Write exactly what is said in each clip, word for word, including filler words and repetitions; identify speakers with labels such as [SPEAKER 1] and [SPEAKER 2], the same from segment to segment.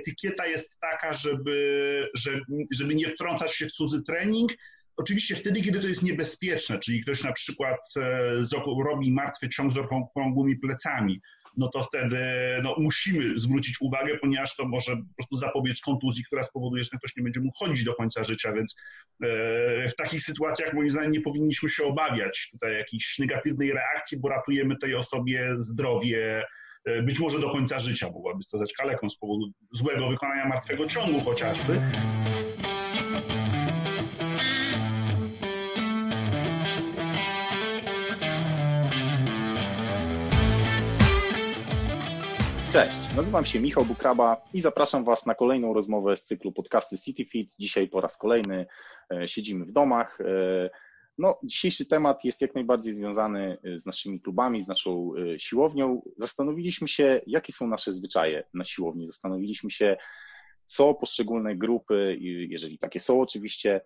[SPEAKER 1] etykieta jest taka, żeby, żeby nie wtrącać się w cudzy trening. Oczywiście wtedy, kiedy to jest niebezpieczne, czyli ktoś na przykład robi martwy ciąg z okrągłymi plecami, no to wtedy no, musimy zwrócić uwagę, ponieważ to może po prostu zapobiec kontuzji, która spowoduje, że ktoś nie będzie mógł chodzić do końca życia, więc w takich sytuacjach moim zdaniem nie powinniśmy się obawiać tutaj jakiejś negatywnej reakcji, bo ratujemy tej osobie zdrowie być może do końca życia, mogłaby stać kaleką z powodu złego wykonania martwego ciągu chociażby.
[SPEAKER 2] Cześć, nazywam się Michał Bukraba i zapraszam Was na kolejną rozmowę z cyklu podcasty CityFit. Dzisiaj po raz kolejny siedzimy w domach. No, dzisiejszy temat jest jak najbardziej związany z naszymi klubami, z naszą siłownią. Zastanowiliśmy się, jakie są nasze zwyczaje na siłowni. Zastanowiliśmy się, co poszczególne grupy, jeżeli takie są oczywiście,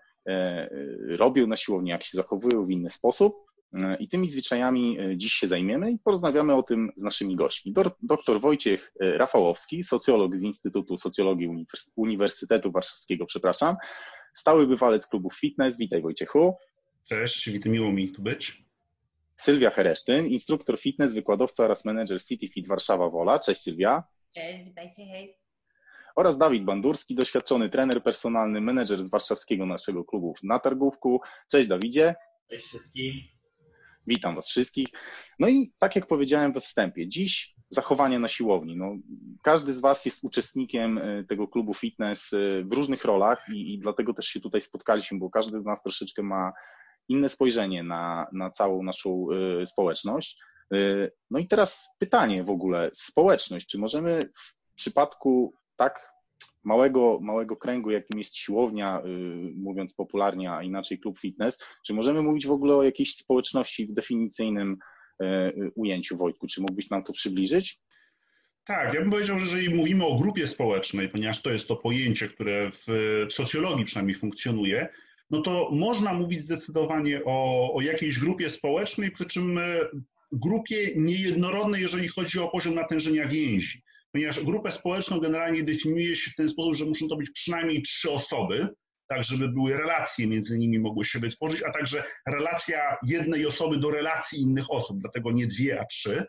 [SPEAKER 2] robią na siłowni, jak się zachowują w inny sposób. I tymi zwyczajami dziś się zajmiemy i porozmawiamy o tym z naszymi gośćmi. Doktor Wojciech Rafałowski, socjolog z Instytutu Socjologii Uniwersytetu Warszawskiego, przepraszam, stały bywalec klubów fitness. Witaj, Wojciechu.
[SPEAKER 1] Cześć, witam, miło mi tu być.
[SPEAKER 2] Sylwia Heresztyn, instruktor fitness, wykładowca oraz menedżer CityFit Warszawa Wola. Cześć, Sylwia.
[SPEAKER 3] Cześć, witajcie, hej.
[SPEAKER 2] Oraz Dawid Bandurski, doświadczony trener personalny, menedżer z warszawskiego naszego klubu na Targówku. Cześć, Dawidzie.
[SPEAKER 4] Cześć wszystkim.
[SPEAKER 2] Witam Was wszystkich. No i tak jak powiedziałem we wstępie, dziś zachowanie na siłowni. No, każdy z Was jest uczestnikiem tego klubu fitness w różnych rolach i, i dlatego też się tutaj spotkaliśmy, bo każdy z nas troszeczkę ma inne spojrzenie na, na całą naszą y, społeczność. Y, no i teraz pytanie w ogóle, społeczność, czy możemy w przypadku tak małego, małego kręgu, jakim jest siłownia, yy, mówiąc popularnie, a inaczej klub fitness, czy możemy mówić w ogóle o jakiejś społeczności w definicyjnym yy, ujęciu, Wojtku? Czy mógłbyś nam to przybliżyć?
[SPEAKER 1] Tak, ja bym powiedział, że jeżeli mówimy o grupie społecznej, ponieważ to jest to pojęcie, które w, w socjologii przynajmniej funkcjonuje, no to można mówić zdecydowanie o, o jakiejś grupie społecznej, przy czym grupie niejednorodnej, jeżeli chodzi o poziom natężenia więzi. Ponieważ grupę społeczną generalnie definiuje się w ten sposób, że muszą to być przynajmniej trzy osoby, tak żeby były relacje między nimi mogły się wytworzyć, a także relacja jednej osoby do relacji innych osób, dlatego nie dwie, a trzy.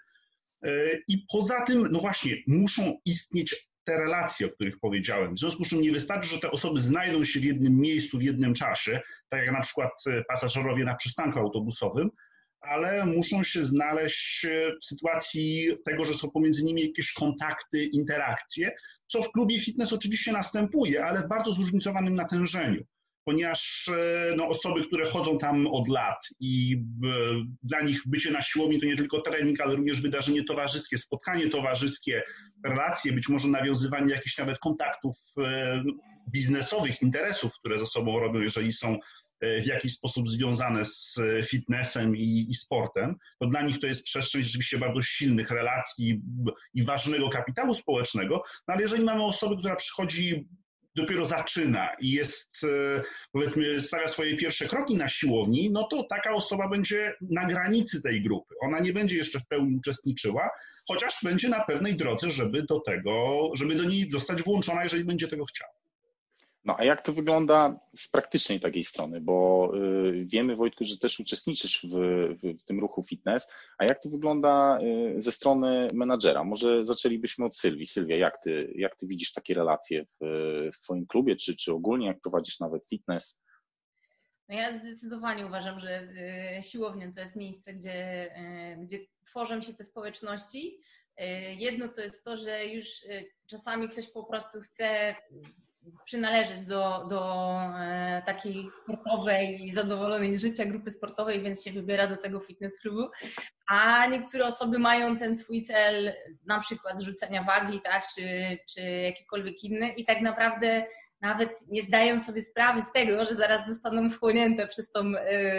[SPEAKER 1] I poza tym, no właśnie, muszą istnieć te relacje, o których powiedziałem. W związku z czym nie wystarczy, że te osoby znajdą się w jednym miejscu, w jednym czasie, tak jak na przykład pasażerowie na przystanku autobusowym, ale muszą się znaleźć w sytuacji tego, że są pomiędzy nimi jakieś kontakty, interakcje, co w klubie fitness oczywiście następuje, ale w bardzo zróżnicowanym natężeniu, ponieważ no, osoby, które chodzą tam od lat i dla nich bycie na siłowni to nie tylko trening, ale również wydarzenie towarzyskie, spotkanie towarzyskie, relacje, być może nawiązywanie jakichś nawet kontaktów biznesowych, interesów, które ze sobą robią, jeżeli są w jakiś sposób związane z fitnessem i, i sportem, to dla nich to jest przestrzeń rzeczywiście bardzo silnych relacji i ważnego kapitału społecznego, no ale jeżeli mamy osobę, która przychodzi, dopiero zaczyna i jest, powiedzmy, stawia swoje pierwsze kroki na siłowni, no to taka osoba będzie na granicy tej grupy. Ona nie będzie jeszcze w pełni uczestniczyła, chociaż będzie na pewnej drodze, żeby do tego, żeby do niej zostać włączona, jeżeli będzie tego chciała.
[SPEAKER 2] No a jak to wygląda z praktycznej takiej strony, bo y, wiemy, Wojtku, że też uczestniczysz w, w, w tym ruchu fitness, a jak to wygląda y, ze strony menadżera? Może zaczęlibyśmy od Sylwii. Sylwia, jak ty, jak ty widzisz takie relacje w, w swoim klubie, czy, czy ogólnie jak prowadzisz nawet fitness?
[SPEAKER 3] No ja zdecydowanie uważam, że y, siłownia to jest miejsce, gdzie, y, gdzie tworzą się te społeczności. Y, jedno to jest to, że już y, czasami ktoś po prostu chce przynależeć do, do e, takiej sportowej i zadowolonej z życia grupy sportowej, więc się wybiera do tego fitness klubu, a niektóre osoby mają ten swój cel, na przykład rzucenia wagi, tak, czy, czy jakikolwiek inny i tak naprawdę nawet nie zdają sobie sprawy z tego, że zaraz zostaną wchłonięte przez tą, e,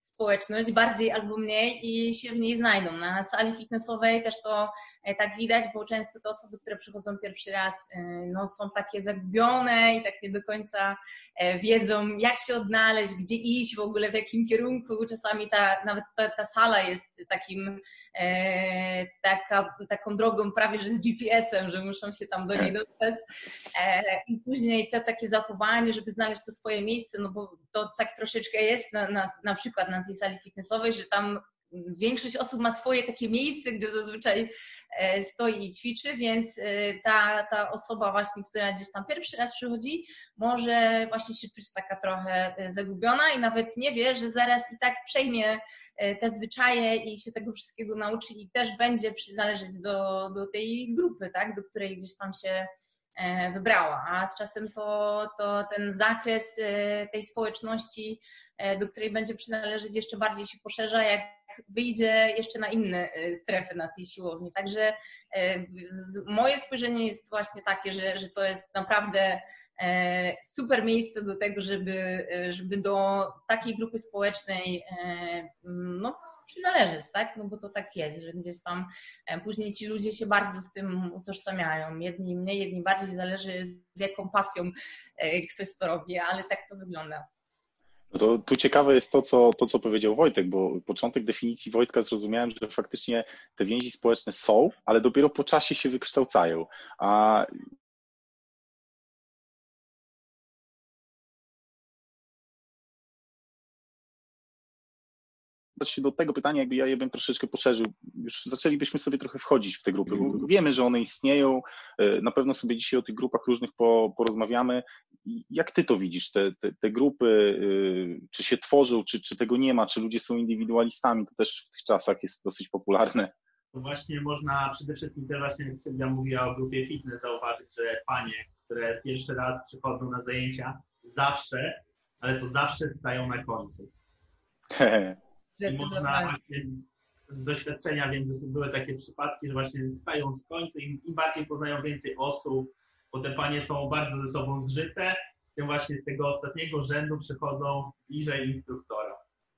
[SPEAKER 3] społeczność, bardziej albo mniej i się w niej znajdą. Na sali fitnessowej też to tak widać, bo często te osoby, które przychodzą pierwszy raz, no, są takie zagubione i tak nie do końca wiedzą, jak się odnaleźć, gdzie iść w ogóle, w jakim kierunku. Czasami ta, nawet ta, ta sala jest takim, e, taka, taką drogą prawie że z G P S-em, że muszą się tam do niej dostać. E, I później to takie zachowanie, żeby znaleźć to swoje miejsce, no bo to tak troszeczkę jest na, na, na przykład na tej sali fitnessowej, że tam większość osób ma swoje takie miejsce, gdzie zazwyczaj stoi i ćwiczy, więc ta, ta osoba właśnie, która gdzieś tam pierwszy raz przychodzi, może właśnie się czuć taka trochę zagubiona i nawet nie wie, że zaraz i tak przejmie te zwyczaje i się tego wszystkiego nauczy i też będzie przynależeć do, do tej grupy, tak, do której gdzieś tam się wybrała, a z czasem to, to ten zakres tej społeczności, do której będzie przynależeć, jeszcze bardziej się poszerza, jak wyjdzie jeszcze na inne strefy na tej siłowni. Także moje spojrzenie jest właśnie takie, że, że to jest naprawdę super miejsce do tego, żeby, żeby do takiej grupy społecznej no, przynależeć, tak? No bo to tak jest, że gdzieś tam później ci ludzie się bardzo z tym utożsamiają. Jedni mniej, jedni bardziej, zależy z jaką pasją ktoś to robi, ale tak to wygląda.
[SPEAKER 2] No to tu ciekawe jest to co, to, co powiedział Wojtek, bo początek definicji Wojtka zrozumiałem, że faktycznie te więzi społeczne są, ale dopiero po czasie się wykształcają. A się do tego pytania, jakby ja je bym troszeczkę poszerzył, już zaczęlibyśmy sobie trochę wchodzić w te grupy, bo wiemy, że one istnieją, na pewno sobie dzisiaj o tych grupach różnych porozmawiamy. Jak ty to widzisz, te, te, te grupy, czy się tworzą, czy, czy tego nie ma, czy ludzie są indywidualistami, to też w tych czasach jest dosyć popularne.
[SPEAKER 4] To właśnie można przede wszystkim też właśnie, jak Sylwia mówiła o grupie fitness, zauważyć, że panie, które pierwszy raz przychodzą na zajęcia, zawsze, ale to zawsze stają na końcu. I można właśnie z doświadczenia wiem, że były takie przypadki, że właśnie stają z końca i im bardziej poznają więcej osób, bo te panie są bardzo ze sobą zżyte, tym właśnie z tego ostatniego rzędu przychodzą bliżej instruktora.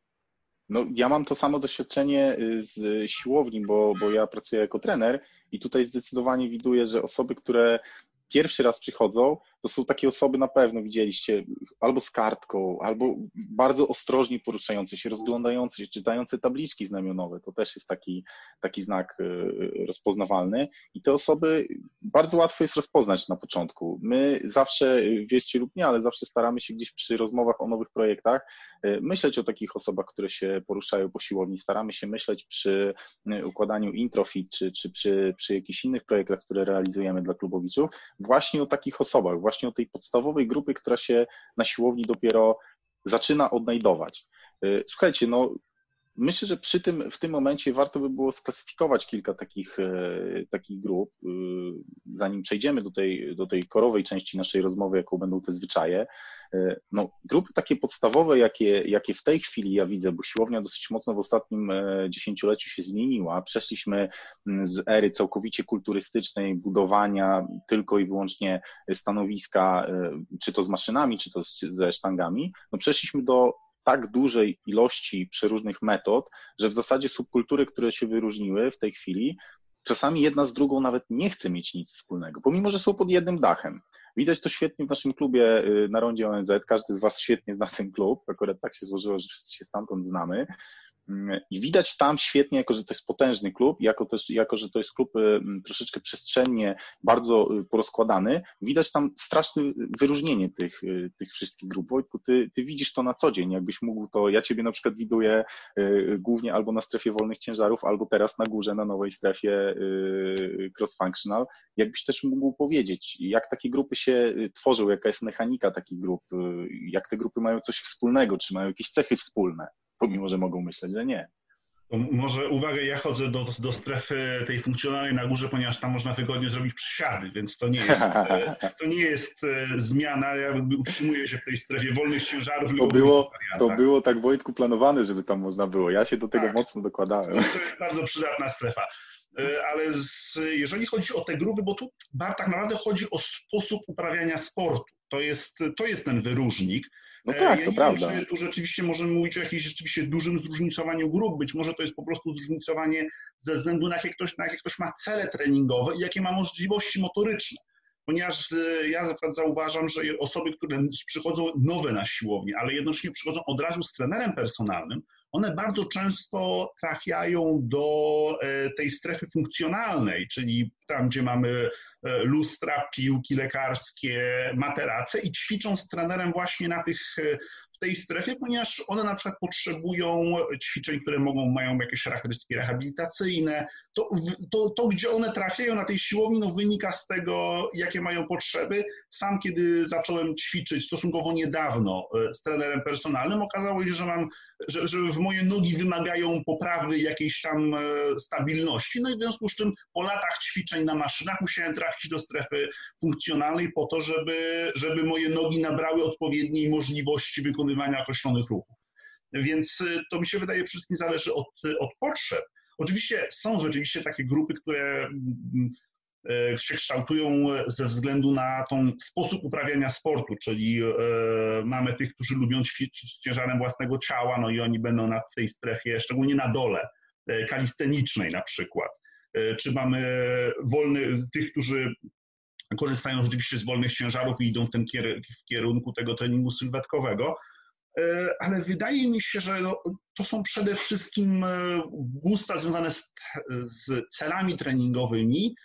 [SPEAKER 2] No, ja mam to samo doświadczenie z siłowni, bo, bo ja pracuję jako trener i tutaj zdecydowanie widuję, że osoby, które pierwszy raz przychodzą, to są takie osoby, na pewno widzieliście, albo z kartką, albo bardzo ostrożnie poruszające się, rozglądające się, czytające tabliczki znamionowe. To też jest taki, taki znak rozpoznawalny i te osoby bardzo łatwo jest rozpoznać na początku. My zawsze, wierzcie lub nie, ale zawsze staramy się gdzieś przy rozmowach o nowych projektach myśleć o takich osobach, które się poruszają po siłowni. Staramy się myśleć przy układaniu introfit, czy, czy przy, przy jakichś innych projektach, które realizujemy dla klubowiczów, właśnie o takich osobach, właśnie o tej podstawowej grupie, która się na siłowni dopiero zaczyna odnajdować. Słuchajcie, no myślę, że przy tym, w tym momencie warto by było sklasyfikować kilka takich, takich grup, zanim przejdziemy do tej, do tej korowej części naszej rozmowy, jaką będą te zwyczaje. No, grupy takie podstawowe, jakie, jakie w tej chwili ja widzę, bo siłownia dosyć mocno w ostatnim dziesięcioleciu się zmieniła. Przeszliśmy z ery całkowicie kulturystycznej, budowania tylko i wyłącznie stanowiska, czy to z maszynami, czy to ze sztangami. No, przeszliśmy do tak dużej ilości przeróżnych metod, że w zasadzie subkultury, które się wyróżniły w tej chwili, czasami jedna z drugą nawet nie chce mieć nic wspólnego, pomimo że są pod jednym dachem. Widać to świetnie w naszym klubie na rondzie O N Z. Każdy z Was świetnie zna ten klub. Akurat tak się złożyło, że wszyscy się stamtąd znamy. I widać tam świetnie, jako że to jest potężny klub, jako też, jako że to jest klub troszeczkę przestrzennie, bardzo porozkładany, widać tam straszne wyróżnienie tych, tych wszystkich grup. Wojtku, ty, ty widzisz to na co dzień, jakbyś mógł to, ja Ciebie na przykład widuję głównie albo na strefie wolnych ciężarów, albo teraz na górze, na nowej strefie cross-functional. Jakbyś też mógł powiedzieć, jak takie grupy się tworzą, jaka jest mechanika takich grup, jak te grupy mają coś wspólnego, czy mają jakieś cechy wspólne? Pomimo że mogą myśleć, że nie.
[SPEAKER 1] To może uwaga, ja chodzę do, do strefy tej funkcjonalnej na górze, ponieważ tam można wygodnie zrobić przysiady, więc to nie jest, to nie jest zmiana. Ja utrzymuję się w tej strefie wolnych ciężarów.
[SPEAKER 2] To było, to było tak, Wojtku, planowane, żeby tam można było. Ja się do tego tak mocno dokładałem.
[SPEAKER 1] To jest bardzo przydatna strefa. Ale z, jeżeli chodzi o te grupy, bo tu tak naprawdę chodzi o sposób uprawiania sportu. To jest, to jest ten wyróżnik.
[SPEAKER 2] No tak,
[SPEAKER 1] ja
[SPEAKER 2] to
[SPEAKER 1] nie
[SPEAKER 2] prawda.
[SPEAKER 1] wiem, czy tu rzeczywiście możemy mówić o jakimś rzeczywiście dużym zróżnicowaniu grup. Być może to jest po prostu zróżnicowanie ze względu na jakie ktoś, na jakie ktoś ma cele treningowe i jakie ma możliwości motoryczne. Ponieważ ja na przykład zauważam, że osoby, które przychodzą nowe na siłownię, ale jednocześnie przychodzą od razu z trenerem personalnym, one bardzo często trafiają do tej strefy funkcjonalnej, czyli tam, gdzie mamy lustra, piłki lekarskie, materace i ćwiczą z trenerem właśnie na tych, w tej strefie, ponieważ one na przykład potrzebują ćwiczeń, które mogą, mają jakieś charakterystyki rehabilitacyjne. To, to, to gdzie one trafiają na tej siłowni, no wynika z tego, jakie mają potrzeby. Sam, kiedy zacząłem ćwiczyć stosunkowo niedawno z trenerem personalnym, okazało się, że mam, że, że w moje nogi wymagają poprawy jakiejś tam stabilności. No i w związku z czym po latach ćwiczeń na maszynach musiałem trafić do strefy funkcjonalnej po to, żeby, żeby moje nogi nabrały odpowiedniej możliwości wykonywania określonych ruchów. Więc to mi się wydaje przede wszystkim zależy od, od potrzeb. Oczywiście są rzeczywiście takie grupy, które się kształtują ze względu na ten sposób uprawiania sportu, czyli mamy tych, którzy lubią ćwiczyć z ciężarem własnego ciała, no i oni będą na tej strefie, szczególnie na dole, kalistenicznej na przykład. Czy mamy wolny, tych, którzy korzystają rzeczywiście z wolnych ciężarów i idą w tym w kierunku tego treningu sylwetkowego, ale wydaje mi się, że to są przede wszystkim gusta związane z, z celami treningowymi.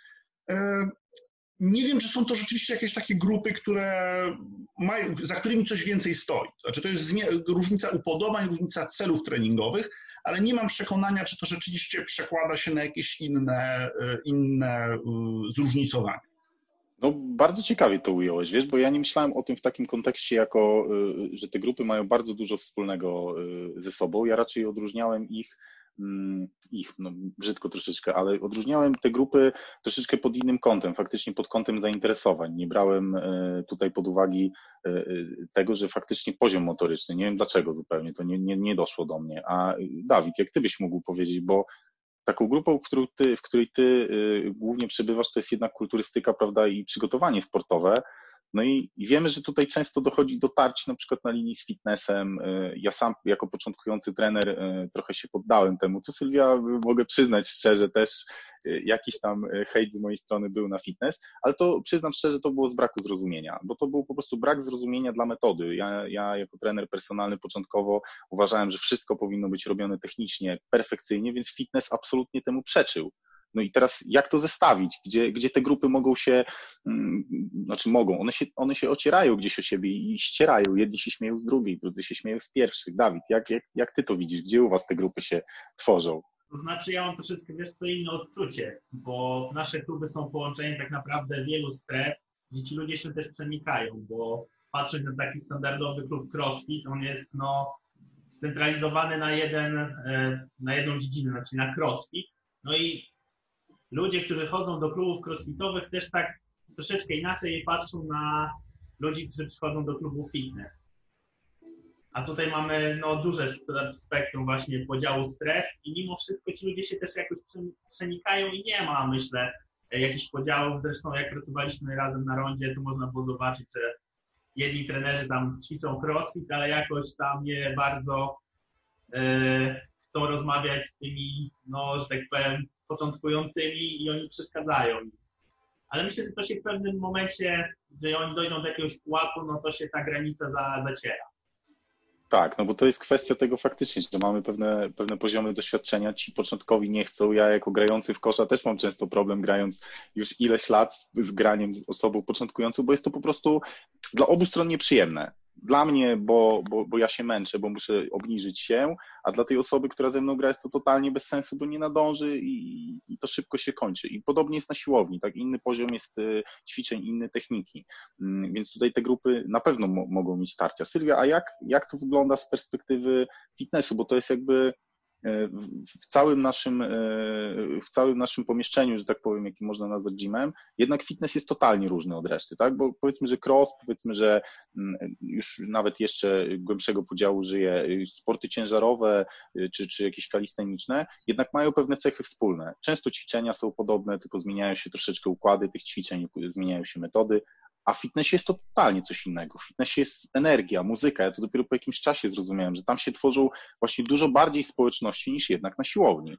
[SPEAKER 1] Nie wiem, czy są to rzeczywiście jakieś takie grupy, które mają, za którymi coś więcej stoi. Znaczy, to jest różnica upodobań, różnica celów treningowych, ale nie mam przekonania, czy to rzeczywiście przekłada się na jakieś inne, inne zróżnicowanie.
[SPEAKER 2] No bardzo ciekawie to ująłeś, wiesz, bo ja nie myślałem o tym w takim kontekście, jako, że te grupy mają bardzo dużo wspólnego ze sobą. Ja raczej odróżniałem ich, ich, no brzydko troszeczkę, ale odróżniałem te grupy troszeczkę pod innym kątem, faktycznie pod kątem zainteresowań. Nie brałem tutaj pod uwagę tego, że faktycznie poziom motoryczny, nie wiem dlaczego zupełnie, to nie, nie, nie doszło do mnie. A Dawid, jak ty byś mógł powiedzieć, bo taką grupą, w której ty, w której ty głównie przebywasz, to jest jednak kulturystyka, prawda, i przygotowanie sportowe. No i, i wiemy, że tutaj często dochodzi do tarć na przykład na linii z fitnessem. Ja sam jako początkujący trener trochę się poddałem temu. Tu, Sylwia, mogę przyznać szczerze, też jakiś tam hejt z mojej strony był na fitness, ale to przyznam szczerze, to było z braku zrozumienia, bo to był po prostu brak zrozumienia dla metody. Ja, ja jako trener personalny początkowo uważałem, że wszystko powinno być robione technicznie, perfekcyjnie, więc fitness absolutnie temu przeczył. No i teraz jak to zestawić? Gdzie, gdzie te grupy mogą się, hmm, znaczy mogą, one się, one się ocierają gdzieś o siebie i ścierają. Jedni się śmieją z drugiej, drudzy się śmieją z pierwszych. Dawid, jak, jak, jak ty to widzisz? Gdzie u was te grupy się tworzą?
[SPEAKER 4] To znaczy ja mam troszeczkę, wiesz co, inne odczucie, bo nasze kluby są połączeniem tak naprawdę wielu stref, gdzie ci ludzie się też przenikają, bo patrząc na taki standardowy klub CrossFit, on jest no scentralizowany na, jeden, na jedną dziedzinę, znaczy na CrossFit. No i ludzie, którzy chodzą do klubów crossfitowych, też tak troszeczkę inaczej patrzą na ludzi, którzy przychodzą do klubu fitness. A tutaj mamy no, duże spektrum właśnie podziału stref i mimo wszystko ci ludzie się też jakoś przenikają i nie ma, myślę, jakichś podziałów. Zresztą jak pracowaliśmy razem na rondzie, to można było zobaczyć, że jedni trenerzy tam ćwiczą crossfit, ale jakoś tam nie bardzo e, chcą rozmawiać z tymi, no, że tak powiem, początkującymi i oni przeszkadzają. Ale myślę, że to się w pewnym momencie, że oni dojdą do jakiegoś pułapu, no to się ta granica za, zaciera.
[SPEAKER 2] Tak, no bo to jest kwestia tego faktycznie, że mamy pewne, pewne poziomy doświadczenia, ci początkowi nie chcą. Ja jako grający w kosza też mam często problem grając już ileś lat z, z graniem z osobą początkującą, bo jest to po prostu dla obu stron nieprzyjemne. Dla mnie, bo, bo, bo ja się męczę, bo muszę obniżyć się, a dla tej osoby, która ze mną gra, jest to totalnie bez sensu, bo nie nadąży i, i to szybko się kończy. I podobnie jest na siłowni, tak? Inny poziom jest ćwiczeń, inne techniki, więc tutaj te grupy na pewno mo- mogą mieć tarcia. Sylwia, a jak, jak to wygląda z perspektywy fitnessu, bo to jest jakby w całym naszym, w całym naszym pomieszczeniu, że tak powiem, jaki można nazwać gymem, jednak fitness jest totalnie różny od reszty, tak? Bo powiedzmy, że cross, powiedzmy, że już nawet jeszcze głębszego podziału żyje sporty ciężarowe czy, czy jakieś kalisteniczne, jednak mają pewne cechy wspólne. Często ćwiczenia są podobne, tylko zmieniają się troszeczkę układy tych ćwiczeń, zmieniają się metody, A w fitnessie jest to totalnie coś innego. W fitnessie jest energia, muzyka. Ja to dopiero po jakimś czasie zrozumiałem, że tam się tworzą właśnie dużo bardziej społeczności niż jednak na siłowni.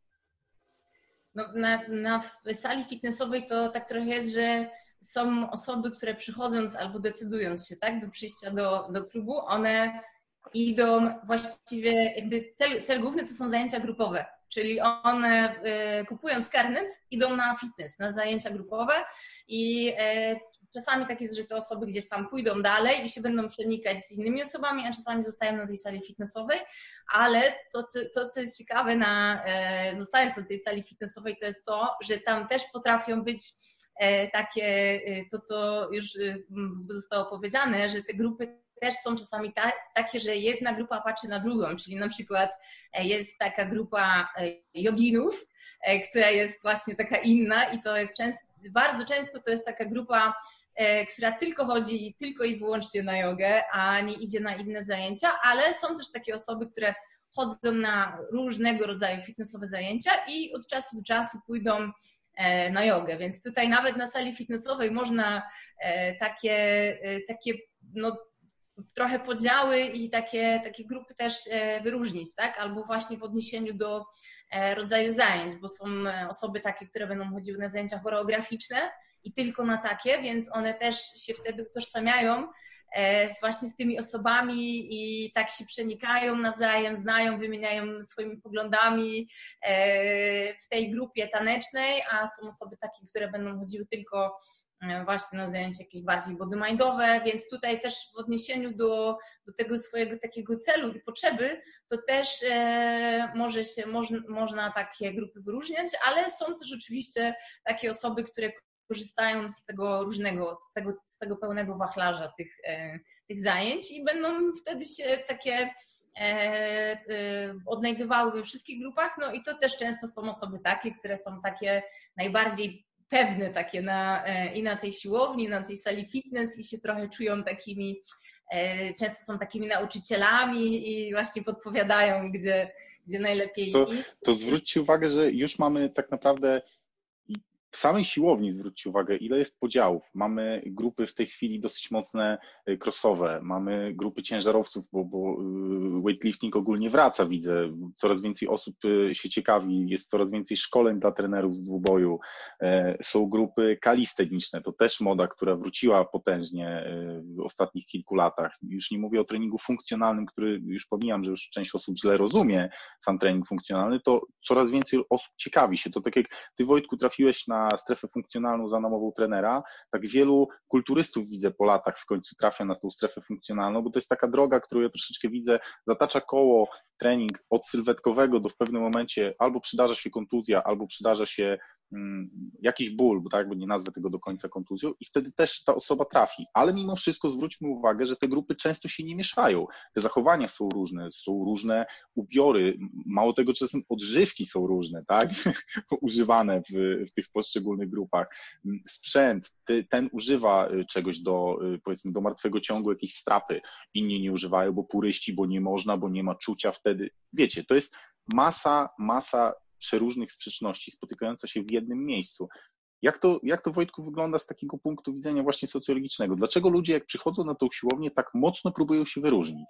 [SPEAKER 3] No, na, na sali fitnessowej to tak trochę jest, że są osoby, które przychodząc albo decydując się tak, do przyjścia do, do klubu, one idą właściwie, jakby cel, cel główny to są zajęcia grupowe, czyli one y, kupując karnet idą na fitness, na zajęcia grupowe i y, czasami tak jest, że te osoby gdzieś tam pójdą dalej i się będą przenikać z innymi osobami, a czasami zostają na tej sali fitnessowej, ale to, co, to, co jest ciekawe na, y, zostając na tej sali fitnessowej, to jest to, że tam też potrafią być takie, to co już zostało powiedziane, że te grupy też są czasami ta, takie, że jedna grupa patrzy na drugą, czyli na przykład jest taka grupa joginów, która jest właśnie taka inna i to jest często, bardzo często to jest taka grupa, która tylko chodzi tylko i wyłącznie na jogę, a nie idzie na inne zajęcia, ale są też takie osoby, które chodzą na różnego rodzaju fitnessowe zajęcia i od czasu do czasu pójdą na jogę, więc tutaj nawet na sali fitnessowej można takie, takie no, trochę podziały i takie, takie grupy też wyróżnić, tak? Albo właśnie w odniesieniu do rodzaju zajęć, bo są osoby takie, które będą chodziły na zajęcia choreograficzne i tylko na takie, więc one też się wtedy utożsamiają z właśnie z tymi osobami i tak się przenikają nawzajem, znają, wymieniają swoimi poglądami w tej grupie tanecznej, a są osoby takie, które będą chodziły tylko właśnie na zajęcia jakieś bardziej bodymindowe, więc tutaj też w odniesieniu do, do tego swojego takiego celu i potrzeby, to też e, może się, można, można takie grupy wyróżniać, ale są też oczywiście takie osoby, które korzystają z tego różnego, z tego, z tego pełnego wachlarza tych, e, tych zajęć i będą wtedy się takie e, e, odnajdywały we wszystkich grupach, no i to też często są osoby takie, które są takie najbardziej pewne takie na, i na tej siłowni, na tej sali fitness i się trochę czują takimi, często są takimi nauczycielami i właśnie podpowiadają, gdzie, gdzie najlepiej
[SPEAKER 2] to,
[SPEAKER 3] iść.
[SPEAKER 2] To zwróćcie uwagę, że już mamy tak naprawdę w samej siłowni, zwróćcie uwagę, ile jest podziałów. Mamy grupy w tej chwili dosyć mocne crossowe, mamy grupy ciężarowców, bo, bo weightlifting ogólnie wraca, widzę. Coraz więcej osób się ciekawi, jest coraz więcej szkoleń dla trenerów z dwuboju. Są grupy kalisteniczne, to też moda, która wróciła potężnie w ostatnich kilku latach. Już nie mówię o treningu funkcjonalnym, który już pomijam, że już część osób źle rozumie sam trening funkcjonalny, to coraz więcej osób ciekawi się. To tak jak ty, Wojtku, trafiłeś na na strefę funkcjonalną za namową trenera, tak wielu kulturystów widzę po latach w końcu trafia na tą strefę funkcjonalną, bo to jest taka droga, którą ja troszeczkę widzę, zatacza koło trening od sylwetkowego do w pewnym momencie albo przydarza się kontuzja, albo przydarza się hmm, jakiś ból, bo tak jakby nie nazwę tego do końca kontuzją i wtedy też ta osoba trafi, ale mimo wszystko zwróćmy uwagę, że te grupy często się nie mieszają, te zachowania są różne, są różne ubiory, mało tego czasem odżywki są różne, tak, używane w, w tych poszczególnych grupach, sprzęt, ty, ten używa czegoś do, powiedzmy, do martwego ciągu, jakieś strapy, inni nie używają, bo puryści, bo nie można, bo nie ma czucia wtedy, wiecie, to jest masa, masa przeróżnych sprzeczności spotykająca się w jednym miejscu. Jak to, jak to, Wojtku, wygląda z takiego punktu widzenia właśnie socjologicznego? Dlaczego ludzie, jak przychodzą na tą siłownię, tak mocno próbują się wyróżnić?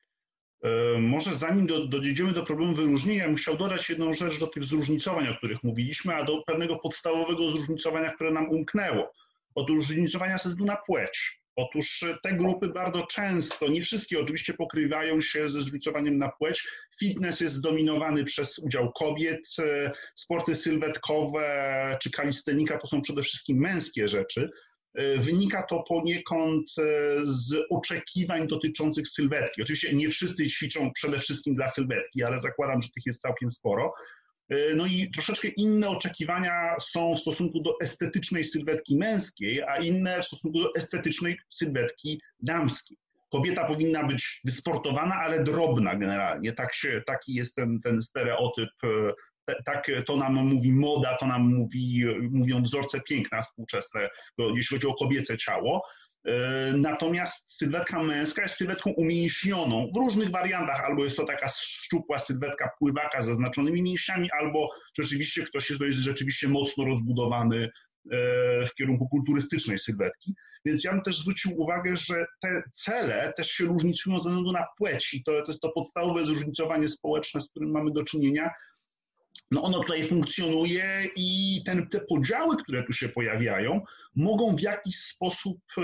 [SPEAKER 1] Może zanim do, dojdziemy do problemu wyróżnienia, bym chciał dodać jedną rzecz do tych zróżnicowań, o których mówiliśmy, a do pewnego podstawowego zróżnicowania, które nam umknęło. Otóż zróżnicowania ze względu na płeć. Otóż te grupy bardzo często, nie wszystkie oczywiście, pokrywają się ze zróżnicowaniem na płeć. Fitness jest zdominowany przez udział kobiet, sporty sylwetkowe czy kalistenika to są przede wszystkim męskie rzeczy. Wynika to poniekąd z oczekiwań dotyczących sylwetki. Oczywiście nie wszyscy ćwiczą przede wszystkim dla sylwetki, ale zakładam, że tych jest całkiem sporo. No i troszeczkę inne oczekiwania są w stosunku do estetycznej sylwetki męskiej, a inne w stosunku do estetycznej sylwetki damskiej. Kobieta powinna być wysportowana, ale drobna generalnie. Tak się, taki jest ten, ten stereotyp. Tak to nam mówi moda, to nam mówi, mówią wzorce piękna współczesne, jeśli chodzi o kobiece ciało. Natomiast sylwetka męska jest sylwetką umięśnioną w różnych wariantach. Albo jest to taka szczupła sylwetka pływaka z zaznaczonymi mięśniami, albo rzeczywiście ktoś jest, to jest rzeczywiście mocno rozbudowany w kierunku kulturystycznej sylwetki. Więc ja bym też zwrócił uwagę, że te cele też się różnicują ze względu na płeć i to, to jest to podstawowe zróżnicowanie społeczne, z którym mamy do czynienia. No ono tutaj funkcjonuje i ten, te podziały, które tu się pojawiają, mogą w jakiś sposób yy,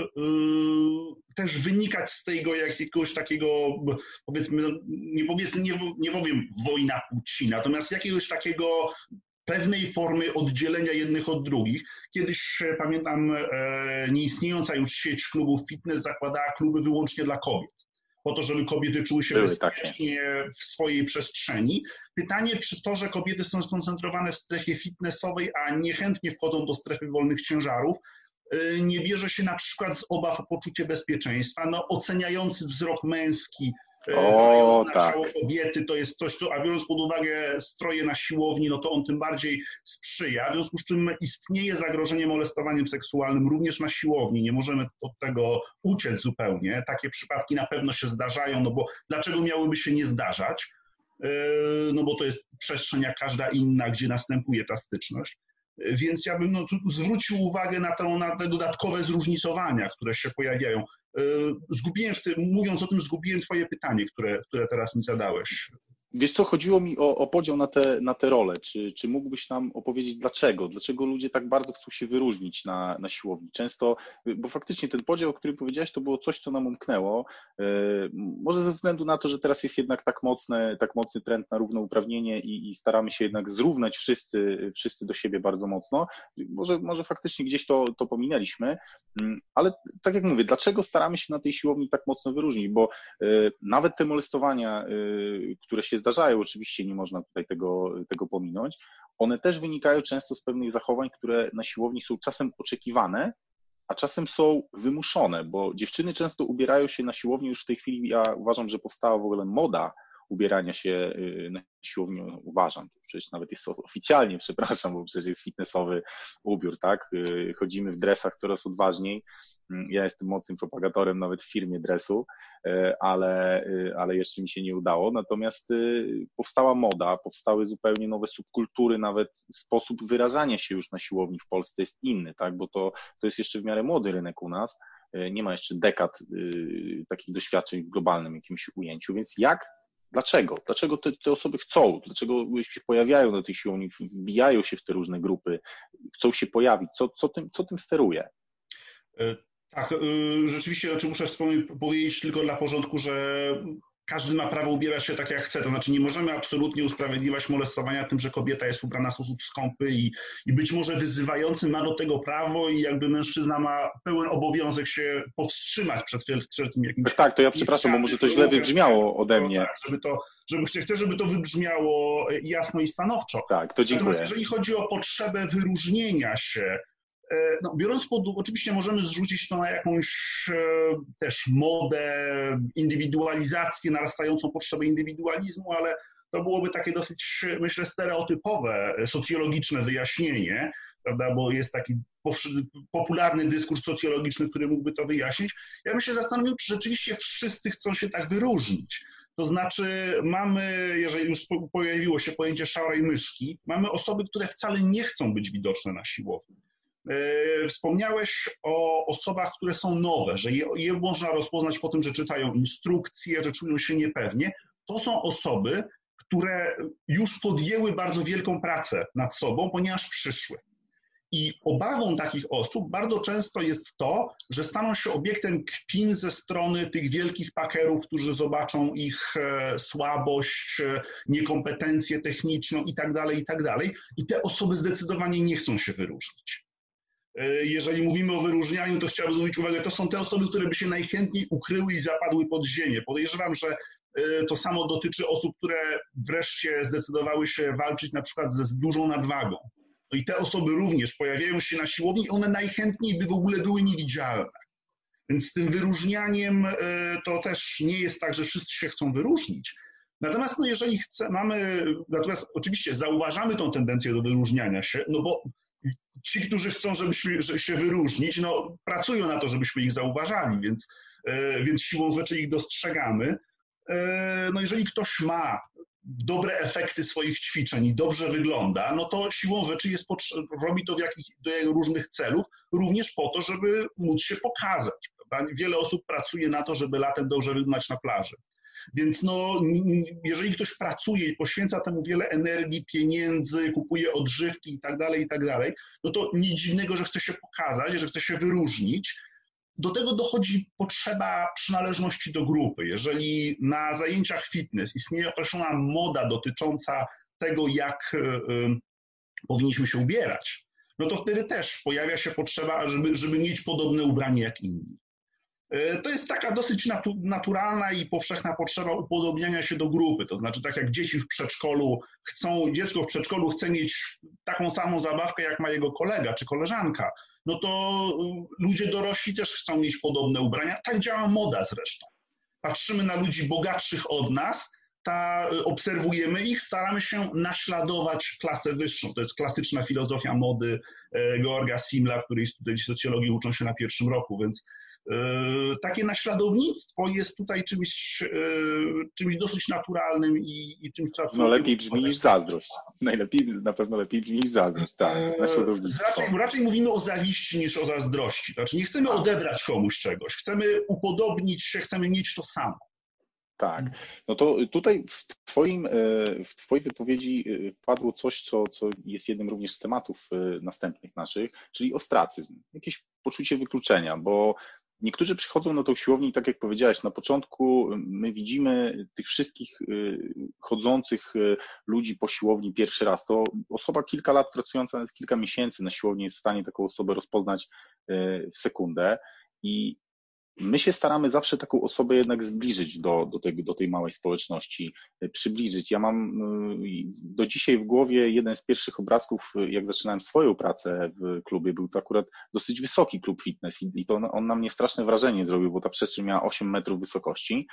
[SPEAKER 1] też wynikać z tego jakiegoś takiego, powiedzmy, nie, powiedzmy nie, nie powiem wojna płci, natomiast jakiegoś takiego pewnej formy oddzielenia jednych od drugich. Kiedyś, pamiętam, e, nieistniejąca już sieć klubów fitness zakładała kluby wyłącznie dla kobiet, po to, żeby kobiety czuły się
[SPEAKER 2] Były
[SPEAKER 1] bezpiecznie takie w swojej przestrzeni. Pytanie, czy to, że kobiety są skoncentrowane w strefie fitnessowej, a niechętnie wchodzą do strefy wolnych ciężarów, nie bierze się na przykład z obaw o poczucie bezpieczeństwa. No, oceniający wzrok męski
[SPEAKER 2] o,
[SPEAKER 1] na
[SPEAKER 2] tak.
[SPEAKER 1] ciało kobiety to jest coś, co, a biorąc pod uwagę stroje na siłowni, no to on tym bardziej sprzyja, w związku z czym istnieje zagrożenie molestowaniem seksualnym również na siłowni, nie możemy od tego uciec zupełnie, takie przypadki na pewno się zdarzają, no bo dlaczego miałyby się nie zdarzać? No bo to jest przestrzeń jak każda inna, gdzie następuje ta styczność. Więc ja bym no, tu zwrócił uwagę na, to, na te dodatkowe zróżnicowania, które się pojawiają. Zgubiłem w tym, mówiąc o tym, zgubiłem twoje pytanie, które, które teraz mi zadałeś.
[SPEAKER 2] Wiesz co, chodziło mi o, o podział na te, na te role. Czy, czy mógłbyś nam opowiedzieć dlaczego? Dlaczego ludzie tak bardzo chcą się wyróżnić na, na siłowni? Często, bo faktycznie ten podział, o którym powiedziałeś, to było coś, co nam umknęło. Może ze względu na to, że teraz jest jednak tak mocny, tak mocny trend na równouprawnienie i, i staramy się jednak zrównać wszyscy, wszyscy do siebie bardzo mocno. Może, może faktycznie gdzieś to, to pominęliśmy, ale tak jak mówię, dlaczego staramy się na tej siłowni tak mocno wyróżnić? Bo nawet te molestowania, które się zdarzają, oczywiście nie można tutaj tego, tego pominąć, one też wynikają często z pewnych zachowań, które na siłowni są czasem oczekiwane, a czasem są wymuszone, bo dziewczyny często ubierają się na siłowni już w tej chwili, ja uważam, że powstała w ogóle moda ubierania się na siłowni, uważam, to przecież nawet jest oficjalnie, przepraszam, bo przecież jest fitnessowy ubiór, tak? Chodzimy w dresach coraz odważniej. Ja jestem mocnym propagatorem nawet w firmie dresu, ale, ale jeszcze mi się nie udało. Natomiast powstała moda, powstały zupełnie nowe subkultury, nawet sposób wyrażania się już na siłowni w Polsce jest inny, tak? Bo to, to jest jeszcze w miarę młody rynek u nas. Nie ma jeszcze dekad takich doświadczeń w globalnym jakimś ujęciu, więc jak Dlaczego? Dlaczego te, te osoby chcą? Dlaczego się pojawiają na tej siłowni, wbijają się w te różne grupy, chcą się pojawić? Co, co, tym, co tym steruje?
[SPEAKER 1] Tak, rzeczywiście, znaczy muszę wspomnieć, powiedzieć tylko dla porządku, że każdy ma prawo ubierać się tak, jak chce. To znaczy nie możemy absolutnie usprawiedliwiać molestowania tym, że kobieta jest ubrana w sposób skąpy i, i być może wyzywający ma do tego prawo i jakby mężczyzna ma pełen obowiązek się powstrzymać przed wszelkim jakimś...
[SPEAKER 2] Tak, tak, to ja przepraszam, bo może to źle wybrzmiało ode mnie.
[SPEAKER 1] Tak, żeby to, żeby, chcę, żeby to wybrzmiało jasno i stanowczo.
[SPEAKER 2] Tak, to dziękuję.
[SPEAKER 1] Natomiast jeżeli chodzi o potrzebę wyróżnienia się, no, biorąc pod uwagę, oczywiście możemy zrzucić to na jakąś e, też modę, indywidualizację, narastającą potrzebę indywidualizmu, ale to byłoby takie dosyć, myślę, stereotypowe, socjologiczne wyjaśnienie, prawda, bo jest taki popularny dyskurs socjologiczny, który mógłby to wyjaśnić. Ja bym się zastanowił, czy rzeczywiście wszyscy chcą się tak wyróżnić. To znaczy mamy, jeżeli już pojawiło się pojęcie szarej myszki, mamy osoby, które wcale nie chcą być widoczne na siłowni. Wspomniałeś o osobach, które są nowe, że je, je można rozpoznać po tym, że czytają instrukcje, że czują się niepewnie. To są osoby, które już podjęły bardzo wielką pracę nad sobą, ponieważ przyszły. I obawą takich osób bardzo często jest to, że staną się obiektem kpin ze strony tych wielkich pakerów, którzy zobaczą ich słabość, niekompetencję techniczną i tak dalej, i tak dalej. I te osoby zdecydowanie nie chcą się wyróżnić. Jeżeli mówimy o wyróżnianiu, to chciałbym zwrócić uwagę, to są te osoby, które by się najchętniej ukryły i zapadły pod ziemię. Podejrzewam, że to samo dotyczy osób, które wreszcie zdecydowały się walczyć na przykład ze dużą nadwagą. No i te osoby również pojawiają się na siłowni i one najchętniej by w ogóle były niewidzialne. Więc z tym wyróżnianiem to też nie jest tak, że wszyscy się chcą wyróżnić. Natomiast no jeżeli chce, mamy, natomiast oczywiście zauważamy tą tendencję do wyróżniania się, no bo ci, którzy chcą, żebyśmy się wyróżnić, no, pracują na to, żebyśmy ich zauważali, więc, więc siłą rzeczy ich dostrzegamy. No jeżeli ktoś ma dobre efekty swoich ćwiczeń i dobrze wygląda, no to siłą rzeczy jest robi to w jakich, do różnych celów, również po to, żeby móc się pokazać. Prawda? Wiele osób pracuje na to, żeby latem dobrze wyglądać na plaży. Więc no, jeżeli ktoś pracuje i poświęca temu wiele energii, pieniędzy, kupuje odżywki i tak dalej, i tak dalej, no to nic dziwnego, że chce się pokazać, że chce się wyróżnić. Do tego dochodzi potrzeba przynależności do grupy. Jeżeli na zajęciach fitness istnieje określona moda dotycząca tego, jak y, y, powinniśmy się ubierać, no to wtedy też pojawia się potrzeba, żeby, żeby mieć podobne ubranie jak inni. To jest taka dosyć naturalna i powszechna potrzeba upodobniania się do grupy. To znaczy, tak jak dzieci w przedszkolu chcą, dziecko w przedszkolu chce mieć taką samą zabawkę, jak ma jego kolega czy koleżanka, no to ludzie dorośli też chcą mieć podobne ubrania. Tak działa moda zresztą. Patrzymy na ludzi bogatszych od nas, ta, obserwujemy ich, staramy się naśladować klasę wyższą. To jest klasyczna filozofia mody Georga Simla, której studenci socjologii uczą się na pierwszym roku, więc takie naśladownictwo jest tutaj czymś, czymś dosyć naturalnym i, i czymś, co...
[SPEAKER 2] No lepiej brzmi niż zazdrość. Najlepiej, na pewno lepiej brzmi niż zazdrość, tak.
[SPEAKER 1] Raczej, raczej mówimy o zawiści niż o zazdrości. Znaczy nie chcemy odebrać komuś czegoś, chcemy upodobnić się, chcemy mieć to samo.
[SPEAKER 2] Tak, no to tutaj w, twoim, w Twojej wypowiedzi padło coś, co, co jest jednym również z tematów następnych naszych, czyli ostracyzm, jakieś poczucie wykluczenia, bo niektórzy przychodzą na tą siłownię i tak jak powiedziałeś, na początku my widzimy tych wszystkich chodzących ludzi po siłowni pierwszy raz. To osoba kilka lat pracująca, nawet kilka miesięcy na siłowni jest w stanie taką osobę rozpoznać w sekundę i my się staramy zawsze taką osobę jednak zbliżyć do, do, tej, do tej małej społeczności, przybliżyć. Ja mam do dzisiaj w głowie jeden z pierwszych obrazków, jak zaczynałem swoją pracę w klubie, był to akurat dosyć wysoki klub fitness i to on, on na mnie straszne wrażenie zrobił, bo ta przestrzeń miała osiem metrów wysokości.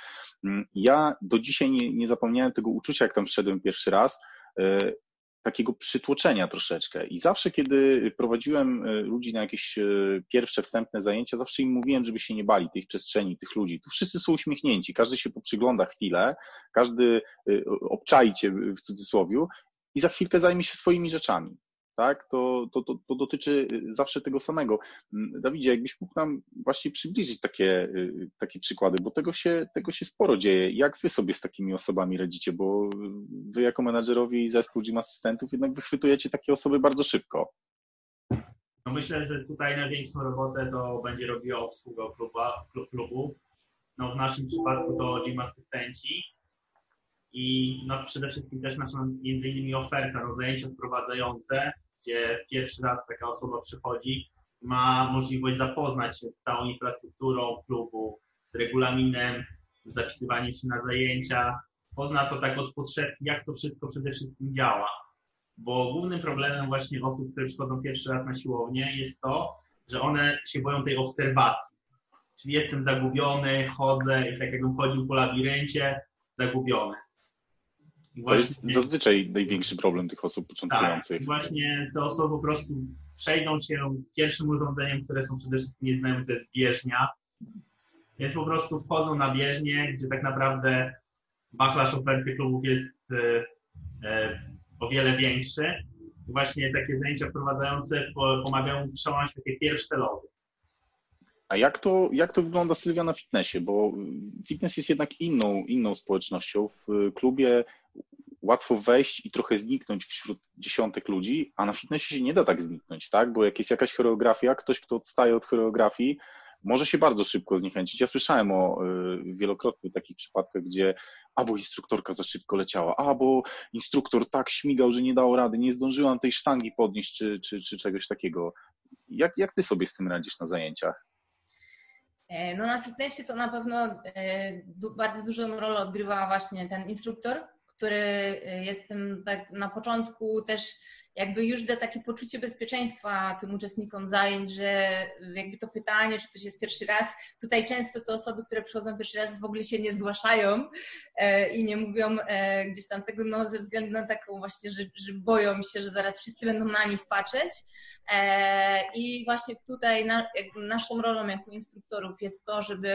[SPEAKER 2] Ja do dzisiaj nie, nie zapomniałem tego uczucia, jak tam wszedłem pierwszy raz, takiego przytłoczenia troszeczkę. I zawsze, kiedy prowadziłem ludzi na jakieś pierwsze wstępne zajęcia, zawsze im mówiłem, żeby się nie bali tej przestrzeni, tych ludzi. Tu wszyscy są uśmiechnięci, każdy się poprzygląda chwilę, każdy obczajcie w cudzysłowiu i za chwilkę zajmie się swoimi rzeczami. Tak? To, to, to, to dotyczy zawsze tego samego. Dawidzie, jakbyś mógł nam właśnie przybliżyć takie, takie przykłady, bo tego się, tego się sporo dzieje. Jak wy sobie z takimi osobami radzicie? Bo wy jako menadżerowie i zespół gym asystentów jednak wychwytujecie takie osoby bardzo szybko.
[SPEAKER 4] No myślę, że tutaj największą robotę to będzie robiła obsługa kluba, klubu. No w naszym przypadku to gym asystenci. I no przede wszystkim też nasza między innymi oferta, no zajęcia wprowadzające, gdzie pierwszy raz taka osoba przychodzi, ma możliwość zapoznać się z całą infrastrukturą klubu, z regulaminem, z zapisywaniem się na zajęcia. Pozna to tak od podszewki, jak to wszystko przede wszystkim działa. Bo głównym problemem właśnie osób, które przychodzą pierwszy raz na siłownię jest to, że one się boją tej obserwacji. Czyli jestem zagubiony, chodzę i tak jakbym chodził po labiryncie, zagubiony.
[SPEAKER 2] Właśnie, to jest zazwyczaj największy problem tych osób początkujących.
[SPEAKER 4] Tak, właśnie te osoby po prostu przejdą się pierwszym urządzeniem, które są przede wszystkim nieznane, to jest bieżnia. Więc po prostu wchodzą na bieżnię, gdzie tak naprawdę wachlarz oferty klubów jest e, e, o wiele większy. I właśnie takie zajęcia wprowadzające pomagają przełamać takie pierwsze lody.
[SPEAKER 2] A jak to, jak to wygląda, Sylwia, na fitnessie? Bo fitness jest jednak inną, inną społecznością. W klubie łatwo wejść i trochę zniknąć wśród dziesiątek ludzi, a na fitnessie się nie da tak zniknąć, tak? Bo jak jest jakaś choreografia, ktoś, kto odstaje od choreografii, może się bardzo szybko zniechęcić. Ja słyszałem o y, wielokrotnie takich przypadkach, gdzie albo instruktorka za szybko leciała, albo instruktor tak śmigał, że nie dało rady, nie zdążyłam tej sztangi podnieść, czy, czy, czy czegoś takiego. Jak, jak ty sobie z tym radzisz na zajęciach?
[SPEAKER 3] No na fitnessie to na pewno bardzo dużą rolę odgrywa właśnie ten instruktor, który jest tym tak na początku też jakby już da takie poczucie bezpieczeństwa tym uczestnikom zajęć, że jakby to pytanie, czy ktoś jest pierwszy raz, tutaj często te osoby, które przychodzą pierwszy raz w ogóle się nie zgłaszają i nie mówią gdzieś tam tego, no ze względu na taką właśnie, że, że boją się, że zaraz wszyscy będą na nich patrzeć. I właśnie tutaj na, naszą rolą jako instruktorów jest to, żeby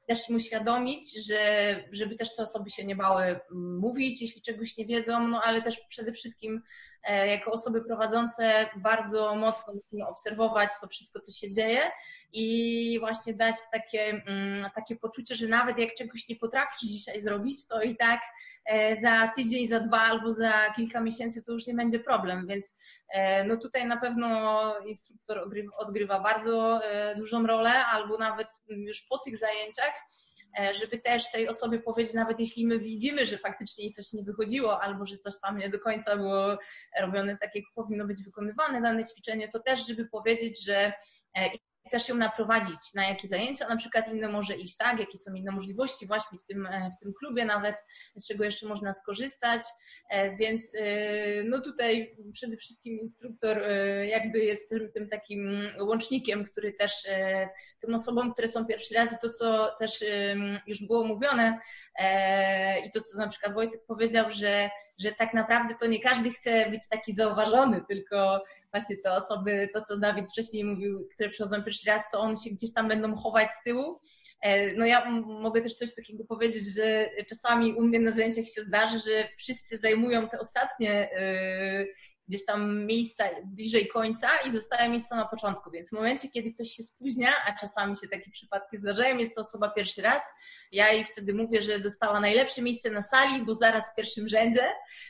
[SPEAKER 3] też im uświadomić, że, żeby też te osoby się nie bały mówić, jeśli czegoś nie wiedzą, no ale też przede wszystkim jako osoby prowadzące bardzo mocno musimy obserwować to wszystko, co się dzieje i właśnie dać takie, takie poczucie, że nawet jak czegoś nie potrafisz dzisiaj zrobić, to i tak za tydzień, za dwa albo za kilka miesięcy to już nie będzie problem, więc no tutaj na pewno instruktor odgrywa, odgrywa bardzo dużą rolę, albo nawet już po tych zajęciach, żeby też tej osobie powiedzieć, nawet jeśli my widzimy, że faktycznie jej coś nie wychodziło, albo że coś tam nie do końca było robione tak, jak powinno być wykonywane dane ćwiczenie, to też, żeby powiedzieć, że też ją naprowadzić, na jakie zajęcia na przykład inne może iść, tak, jakie są inne możliwości właśnie w tym, w tym klubie nawet, z czego jeszcze można skorzystać, więc no tutaj przede wszystkim instruktor jakby jest tym, tym takim łącznikiem, który też tym osobom, które są pierwszy raz i to, co też już było mówione i to, co na przykład Wojtek powiedział, że, że tak naprawdę to nie każdy chce być taki zauważony, tylko właśnie te osoby, to co Dawid wcześniej mówił, które przychodzą pierwszy raz, to one się gdzieś tam będą chować z tyłu. No ja mogę też coś takiego powiedzieć, że czasami u mnie na zajęciach się zdarzy, że wszyscy zajmują te ostatnie gdzieś tam miejsca bliżej końca i zostaje miejsce na początku, więc w momencie, kiedy ktoś się spóźnia, a czasami się takie przypadki zdarzają, jest to osoba pierwszy raz, ja jej wtedy mówię, że dostała najlepsze miejsce na sali, bo zaraz w pierwszym rzędzie.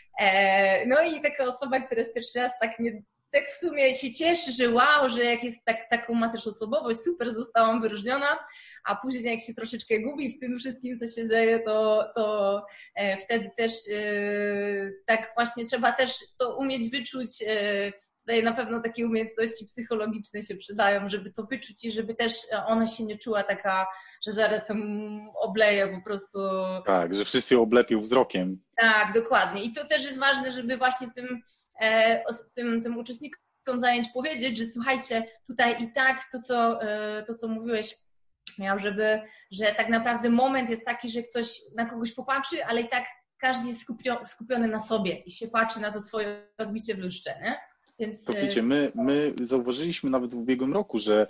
[SPEAKER 3] No i taka osoba, która jest pierwszy raz tak nie tak w sumie się cieszy, że wow, że jak jest tak, taką ma też osobowość, super, zostałam wyróżniona, a później jak się troszeczkę gubi w tym wszystkim, co się dzieje, to, to e, wtedy też e, tak właśnie trzeba też to umieć wyczuć. E, tutaj na pewno takie umiejętności psychologiczne się przydają, żeby to wyczuć i żeby też ona się nie czuła taka, że zaraz ją obleję po prostu.
[SPEAKER 2] Tak, że wszyscy ją oblepią wzrokiem.
[SPEAKER 3] Tak, dokładnie. I to też jest ważne, żeby właśnie tym tym, tym uczestnikom zajęć powiedzieć, że słuchajcie, tutaj i tak to, co, to, co mówiłeś, miał, żeby, że tak naprawdę moment jest taki, że ktoś na kogoś popatrzy, ale i tak każdy jest skupiony na sobie i się patrzy na to swoje odbicie w lustrze, nie? Więc...
[SPEAKER 2] To wiecie, my, my zauważyliśmy nawet w ubiegłym roku, że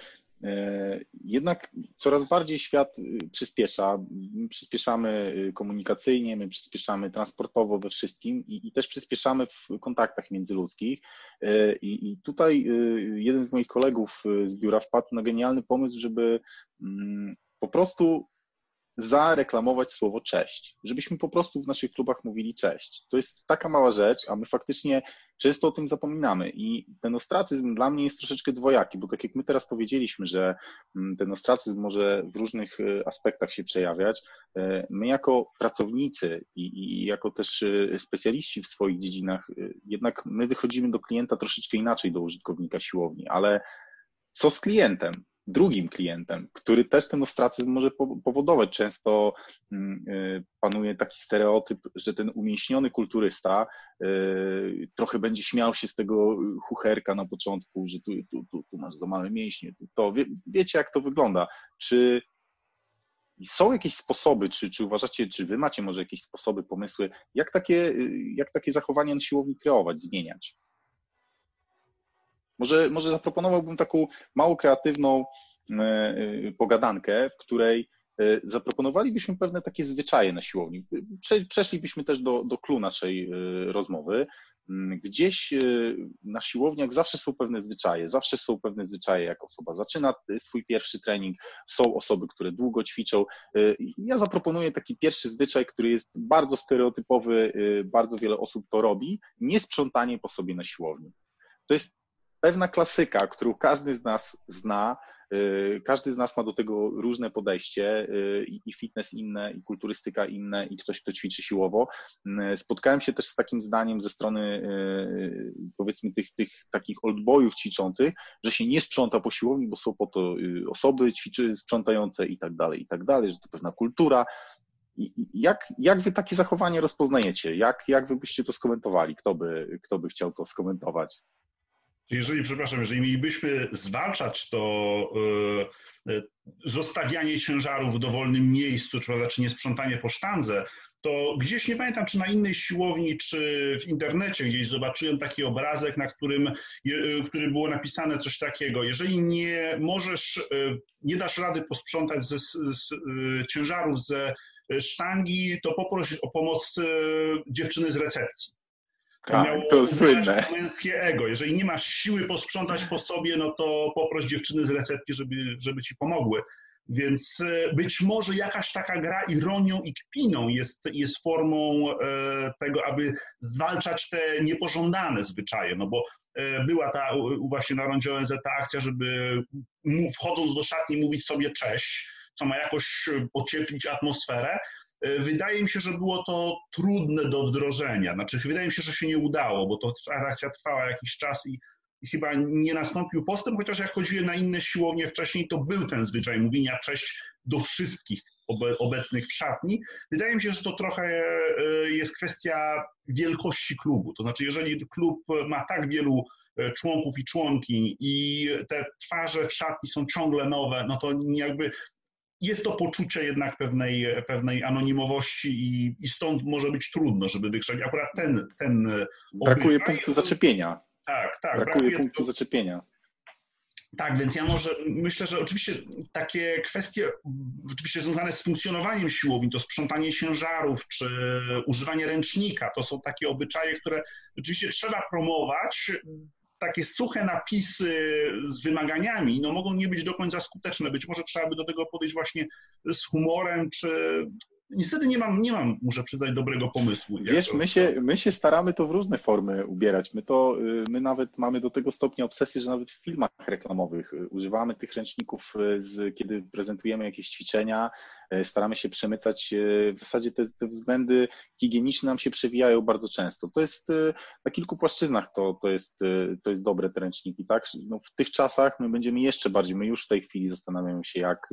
[SPEAKER 2] jednak coraz bardziej świat przyspiesza, my przyspieszamy komunikacyjnie, my przyspieszamy transportowo we wszystkim i, i też przyspieszamy w kontaktach międzyludzkich. I, i tutaj jeden z moich kolegów z biura wpadł na genialny pomysł, żeby po prostu zareklamować słowo cześć, żebyśmy po prostu w naszych klubach mówili cześć. To jest taka mała rzecz, a my faktycznie często o tym zapominamy i ten ostracyzm dla mnie jest troszeczkę dwojaki, bo tak jak my teraz powiedzieliśmy, że ten ostracyzm może w różnych aspektach się przejawiać, my jako pracownicy i, i jako też specjaliści w swoich dziedzinach, jednak my wychodzimy do klienta troszeczkę inaczej, do użytkownika siłowni, ale co z klientem? Drugim klientem, który też ten ostracyzm może powodować. Często panuje taki stereotyp, że ten umięśniony kulturysta trochę będzie śmiał się z tego chucherka na początku, że tu, tu, tu, tu masz za małe mięśnie. To wie, wiecie, jak to wygląda. Czy są jakieś sposoby, czy, czy uważacie, czy wy macie może jakieś sposoby, pomysły, jak takie, jak takie zachowania na siłowni kreować, zmieniać? Może, może zaproponowałbym taką mało kreatywną pogadankę, w której zaproponowalibyśmy pewne takie zwyczaje na siłowni. Przeszlibyśmy też do, do clou naszej rozmowy. Gdzieś na siłowniach zawsze są pewne zwyczaje, zawsze są pewne zwyczaje, jak osoba zaczyna swój pierwszy trening, są osoby, które długo ćwiczą. Ja zaproponuję taki pierwszy zwyczaj, który jest bardzo stereotypowy, bardzo wiele osób to robi, niesprzątanie po sobie na siłowni. To jest pewna klasyka, którą każdy z nas zna, każdy z nas ma do tego różne podejście i fitness inne, i kulturystyka inne, i ktoś, kto ćwiczy siłowo. Spotkałem się też z takim zdaniem ze strony powiedzmy tych, tych takich oldboyów ćwiczących, że się nie sprząta po siłowni, bo są po to osoby ćwiczy, sprzątające i tak dalej, i tak dalej, że to pewna kultura. I jak, jak wy takie zachowanie rozpoznajecie? Jak, jak wy byście to skomentowali? Kto by, kto by chciał to skomentować?
[SPEAKER 1] Jeżeli, przepraszam, jeżeli mielibyśmy zwalczać to yy, zostawianie ciężarów w dowolnym miejscu, czy znaczy niesprzątanie po sztandze, to gdzieś, nie pamiętam czy na innej siłowni, czy w internecie gdzieś zobaczyłem taki obrazek, na którym, który było napisane coś takiego: jeżeli nie możesz, nie dasz rady posprzątać ze, z ciężarów ze sztangi, to poproś o pomoc dziewczyny z recepcji. To
[SPEAKER 2] tak,
[SPEAKER 1] miało
[SPEAKER 2] to słynne.
[SPEAKER 1] męskie ego. Jeżeli nie masz siły posprzątać po sobie, no to poproś dziewczyny z recepcji, żeby, żeby ci pomogły. Więc być może jakaś taka gra ironią i kpiną jest, jest formą tego, aby zwalczać te niepożądane zwyczaje, no bo była ta właśnie na rondzie O N Z ta akcja, żeby wchodząc do szatni mówić sobie cześć, co ma jakoś ocieplić atmosferę. Wydaje mi się, że było to trudne do wdrożenia. Znaczy, wydaje mi się, że się nie udało, bo to akcja trwała jakiś czas i, i chyba nie nastąpił postęp, chociaż jak chodziłem na inne siłownie wcześniej, to był ten zwyczaj mówienia cześć do wszystkich obecnych w szatni. Wydaje mi się, że to trochę jest kwestia wielkości klubu. To znaczy, jeżeli klub ma tak wielu członków i członkiń i te twarze w szatni są ciągle nowe, no to jakby jest to poczucie jednak pewnej, pewnej anonimowości i, i stąd może być trudno, żeby wykrzesać akurat ten, ten
[SPEAKER 2] Brakuje
[SPEAKER 1] obyczaj.
[SPEAKER 2] punktu zaczepienia.
[SPEAKER 1] Tak, tak.
[SPEAKER 2] Brakuje, brakuje punktu to... zaczepienia.
[SPEAKER 1] Tak, więc ja może myślę, że oczywiście takie kwestie oczywiście związane z funkcjonowaniem siłowni, to sprzątanie ciężarów czy używanie ręcznika, to są takie obyczaje, które rzeczywiście trzeba promować. Takie suche napisy z wymaganiami no mogą nie być do końca skuteczne. Być może trzeba by do tego podejść właśnie z humorem, czy niestety nie mam, nie mam, muszę przyznać, dobrego pomysłu.
[SPEAKER 2] Wiesz, my się, my się staramy to w różne formy ubierać. My to, my nawet mamy do tego stopnia obsesję, że nawet w filmach reklamowych używamy tych ręczników, z, kiedy prezentujemy jakieś ćwiczenia, staramy się przemycać, w zasadzie te, te względy higieniczne nam się przewijają bardzo często. To jest na kilku płaszczyznach to, to, jest, to jest dobre te ręczniki, tak? No w tych czasach my będziemy jeszcze bardziej, my już w tej chwili zastanawiamy się, jak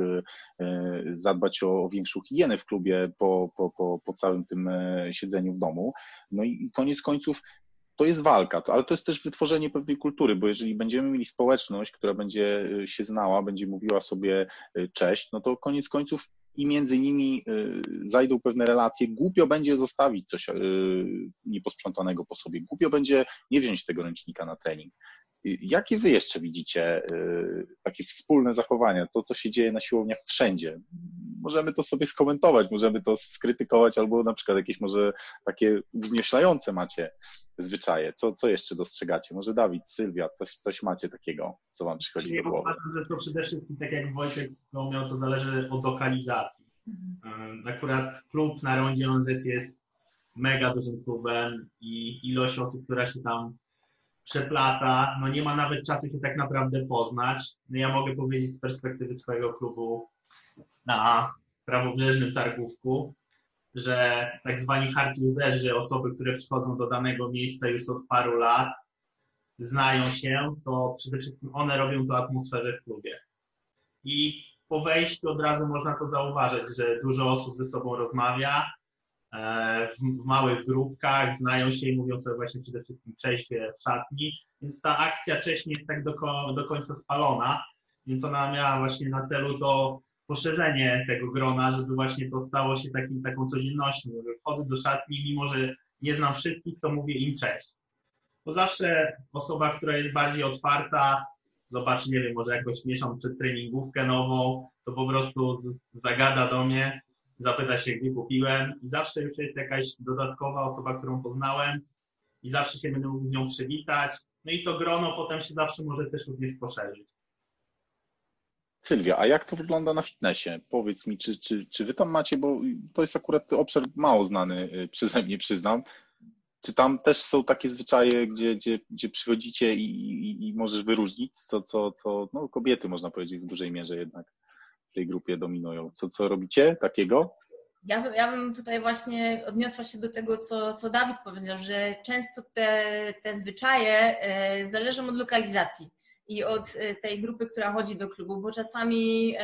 [SPEAKER 2] zadbać o, o większą higienę w klubie, Po, po, po, po całym tym siedzeniu w domu. No i koniec końców to jest walka, ale to jest też wytworzenie pewnej kultury, bo jeżeli będziemy mieli społeczność, która będzie się znała, będzie mówiła sobie cześć, no to koniec końców i między nimi zajdą pewne relacje. Głupio będzie zostawić coś nieposprzątanego po sobie. Głupio będzie nie wziąć tego ręcznika na trening. Jakie wy jeszcze widzicie takie wspólne zachowania, to co się dzieje na siłowniach wszędzie? Możemy to sobie skomentować, możemy to skrytykować, albo na przykład jakieś może takie wznieślające macie zwyczaje. Co, co jeszcze dostrzegacie? Może Dawid, Sylwia, coś, coś macie takiego, co wam przychodzi
[SPEAKER 4] ja
[SPEAKER 2] do głowy?
[SPEAKER 4] uważam, że to przede wszystkim, tak jak Wojtek wspomniał, to zależy od lokalizacji. Akurat klub na rondzie O N Z jest mega dużym klubem i ilość osób, która się tam przeplata, no nie ma nawet czasu się tak naprawdę poznać. No ja mogę powiedzieć z perspektywy swojego klubu na prawobrzeżnym Targówku, że tak zwani hard userzy, osoby, które przychodzą do danego miejsca już od paru lat, znają się, to przede wszystkim one robią to atmosferę w klubie. I po wejściu od razu można to zauważyć, że dużo osób ze sobą rozmawia, w małych grupkach, znają się i mówią sobie właśnie przede wszystkim cześć w szatni, więc ta akcja cześć nie jest tak do, do końca spalona, więc ona miała właśnie na celu to poszerzenie tego grona, żeby właśnie to stało się takim, taką codziennością, że wchodzę do szatni, mimo że nie znam wszystkich, to mówię im cześć. Bo zawsze osoba, która jest bardziej otwarta, zobaczy, nie wiem, może jakoś mieszam przed treningówkę nową, to po prostu z, zagada do mnie, zapyta się, gdzie kupiłem i zawsze już jest jakaś dodatkowa osoba, którą poznałem i zawsze się będę mógł z nią przywitać. No i to grono potem się zawsze może też również poszerzyć.
[SPEAKER 2] Sylwia, a jak to wygląda na fitnessie? Powiedz mi, czy, czy, czy wy tam macie, bo to jest akurat obszar mało znany przeze mnie, przyznam. Czy tam też są takie zwyczaje, gdzie, gdzie, gdzie przychodzicie i, i, i możesz wyróżnić, co, co, co no, kobiety, można powiedzieć, w dużej mierze jednak w tej grupie dominują. Co, co robicie takiego?
[SPEAKER 3] Ja bym, ja bym tutaj właśnie odniosła się do tego, co, co Dawid powiedział, że często te, te zwyczaje zależą od lokalizacji i od tej grupy, która chodzi do klubu, bo czasami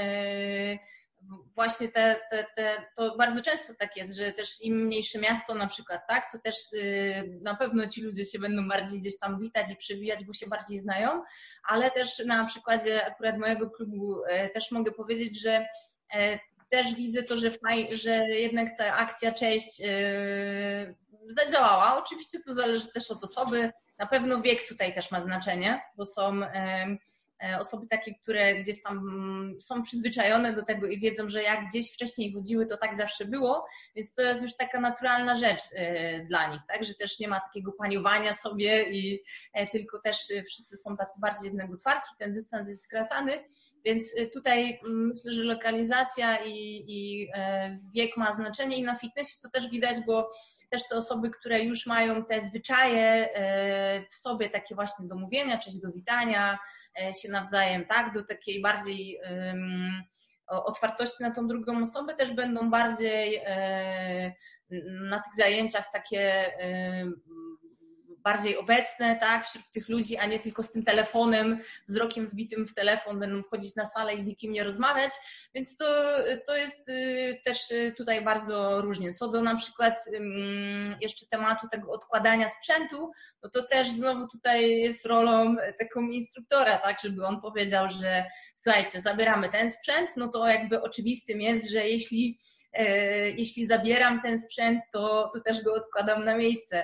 [SPEAKER 3] właśnie te, te, te, to bardzo często tak jest, że też im mniejsze miasto na przykład, tak, to też na pewno ci ludzie się będą bardziej gdzieś tam witać i przywijać, bo się bardziej znają, ale też na przykładzie akurat mojego klubu też mogę powiedzieć, że też widzę to, że, faj, że jednak ta akcja Cześć yy, zadziałała. Oczywiście to zależy też od osoby. Na pewno wiek tutaj też ma znaczenie, bo są yy, osoby takie, które gdzieś tam są przyzwyczajone do tego i wiedzą, że jak gdzieś wcześniej chodziły, to tak zawsze było, więc to jest już taka naturalna rzecz yy, dla nich, tak, że też nie ma takiego paniowania sobie i yy, tylko też wszyscy są tacy bardziej jednak otwarci, ten dystans jest skracany. Więc tutaj myślę, że lokalizacja i, i wiek ma znaczenie i na fitnessie to też widać, bo też te osoby, które już mają te zwyczaje w sobie, takie właśnie do mówienia, cześć, do witania się nawzajem, tak, do takiej bardziej um, otwartości na tą drugą osobę, też będą bardziej um, na tych zajęciach takie um, bardziej obecne, tak, wśród tych ludzi, a nie tylko z tym telefonem, wzrokiem wbitym w telefon, będą wchodzić na salę i z nikim nie rozmawiać, więc to, to jest też tutaj bardzo różnie. Co do na przykład jeszcze tematu tego odkładania sprzętu, no to też znowu tutaj jest rolą taką instruktora, tak, żeby on powiedział, że słuchajcie, zabieramy ten sprzęt, no to jakby oczywistym jest, że jeśli, jeśli zabieram ten sprzęt, to, to też go odkładam na miejsce.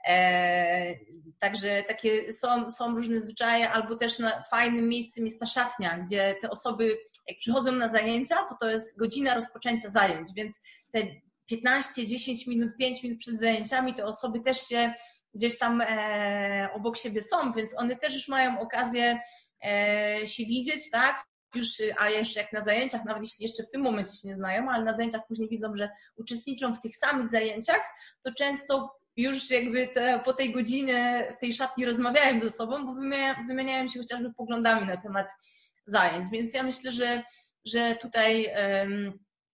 [SPEAKER 3] E, także takie są, są różne zwyczaje, albo też na fajnym miejscem jest ta szatnia, gdzie te osoby jak przychodzą na zajęcia, to to jest godzina rozpoczęcia zajęć, więc te piętnaście, dziesięć minut, pięć minut przed zajęciami te osoby też się gdzieś tam e, obok siebie są, więc one też już mają okazję e, się widzieć, tak? Już, a jeszcze jak na zajęciach, nawet jeśli jeszcze w tym momencie się nie znają, ale na zajęciach później widzą, że uczestniczą w tych samych zajęciach, to często już jakby te, po tej godzinie w tej szatni rozmawiają ze sobą, bo wymieniają, wymieniają się chociażby poglądami na temat zajęć. Więc ja myślę, że, że tutaj um,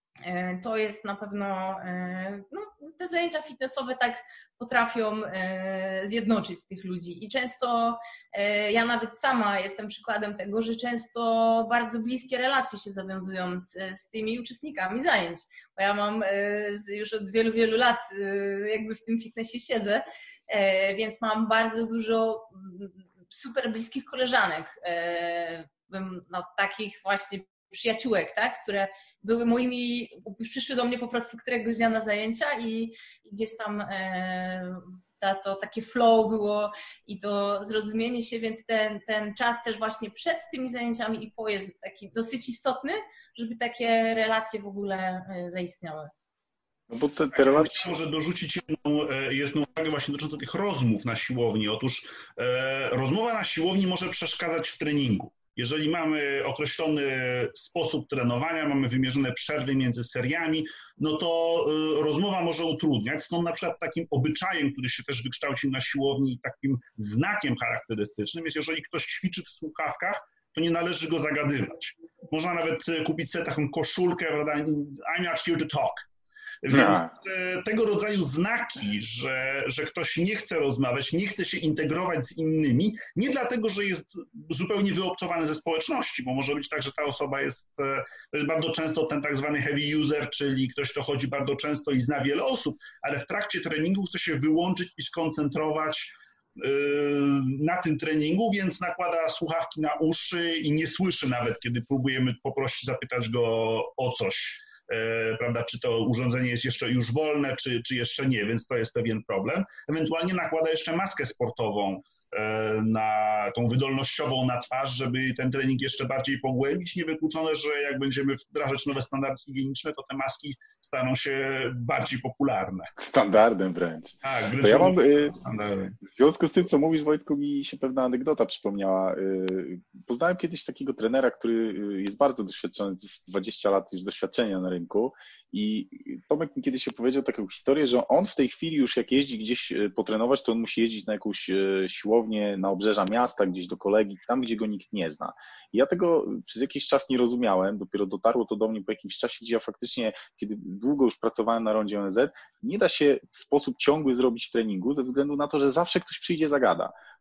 [SPEAKER 3] to jest na pewno, no, te zajęcia fitnessowe tak potrafią zjednoczyć tych ludzi i często ja nawet sama jestem przykładem tego, że często bardzo bliskie relacje się zawiązują z, z tymi uczestnikami zajęć, bo ja mam już od wielu, wielu lat jakby w tym fitnessie siedzę, więc mam bardzo dużo super bliskich koleżanek, no, takich właśnie przyjaciółek, tak, które były moimi, przyszły do mnie po prostu któregoś dnia na zajęcia i, i gdzieś tam e, ta, to takie flow było i to zrozumienie się, więc ten, ten czas też właśnie przed tymi zajęciami i po jest taki dosyć istotny, żeby takie relacje w ogóle zaistniały.
[SPEAKER 2] No bo te, te relacje...
[SPEAKER 1] Może dorzucić jedną, jedną uwagę właśnie dotyczącą tych rozmów na siłowni. Otóż e, rozmowa na siłowni może przeszkadzać w treningu. Jeżeli mamy określony sposób trenowania, mamy wymierzone przerwy między seriami, no to rozmowa może utrudniać. Stąd na przykład takim obyczajem, który się też wykształcił na siłowni, takim znakiem charakterystycznym jest, jeżeli ktoś ćwiczy w słuchawkach, to nie należy go zagadywać. Można nawet kupić sobie taką koszulkę, prawda, I'm not here to talk. Więc no. tego rodzaju znaki, że, że ktoś nie chce rozmawiać, nie chce się integrować z innymi, nie dlatego, że jest zupełnie wyobcowany ze społeczności, bo może być tak, że ta osoba jest, to jest bardzo często ten tak zwany heavy user, czyli ktoś, kto chodzi bardzo często i zna wiele osób, ale w trakcie treningu chce się wyłączyć i skoncentrować na tym treningu, więc nakłada słuchawki na uszy i nie słyszy nawet, kiedy próbujemy poprosić, zapytać go o coś. Prawda, czy to urządzenie jest jeszcze już wolne, czy, czy jeszcze nie, więc to jest pewien problem. Ewentualnie nakłada jeszcze maskę sportową, na tą wydolnościową na twarz, żeby ten trening jeszcze bardziej pogłębić. Niewykluczone, że jak będziemy wdrażać nowe standardy higieniczne, to te maski staną się bardziej popularne.
[SPEAKER 2] Standardem wręcz.
[SPEAKER 1] Tak, wręcz
[SPEAKER 2] to ja mam,
[SPEAKER 1] standardem.
[SPEAKER 2] W związku z tym, co mówisz, Wojtku, mi się pewna anegdota przypomniała. Poznałem kiedyś takiego trenera, który jest bardzo doświadczony, to jest dwadzieścia lat już doświadczenia na rynku i Tomek mi kiedyś opowiedział taką historię, że on w tej chwili już jak jeździ gdzieś potrenować, to on musi jeździć na jakąś siłownię, na obrzeża miasta, gdzieś do kolegi, tam, gdzie go nikt nie zna. I ja tego przez jakiś czas nie rozumiałem, dopiero dotarło to do mnie po jakimś czasie, gdzie ja faktycznie, kiedy długo już pracowałem na rondzie O N Z, nie da się w sposób ciągły zrobić treningu ze względu na to, że zawsze ktoś przyjdzie, zagada.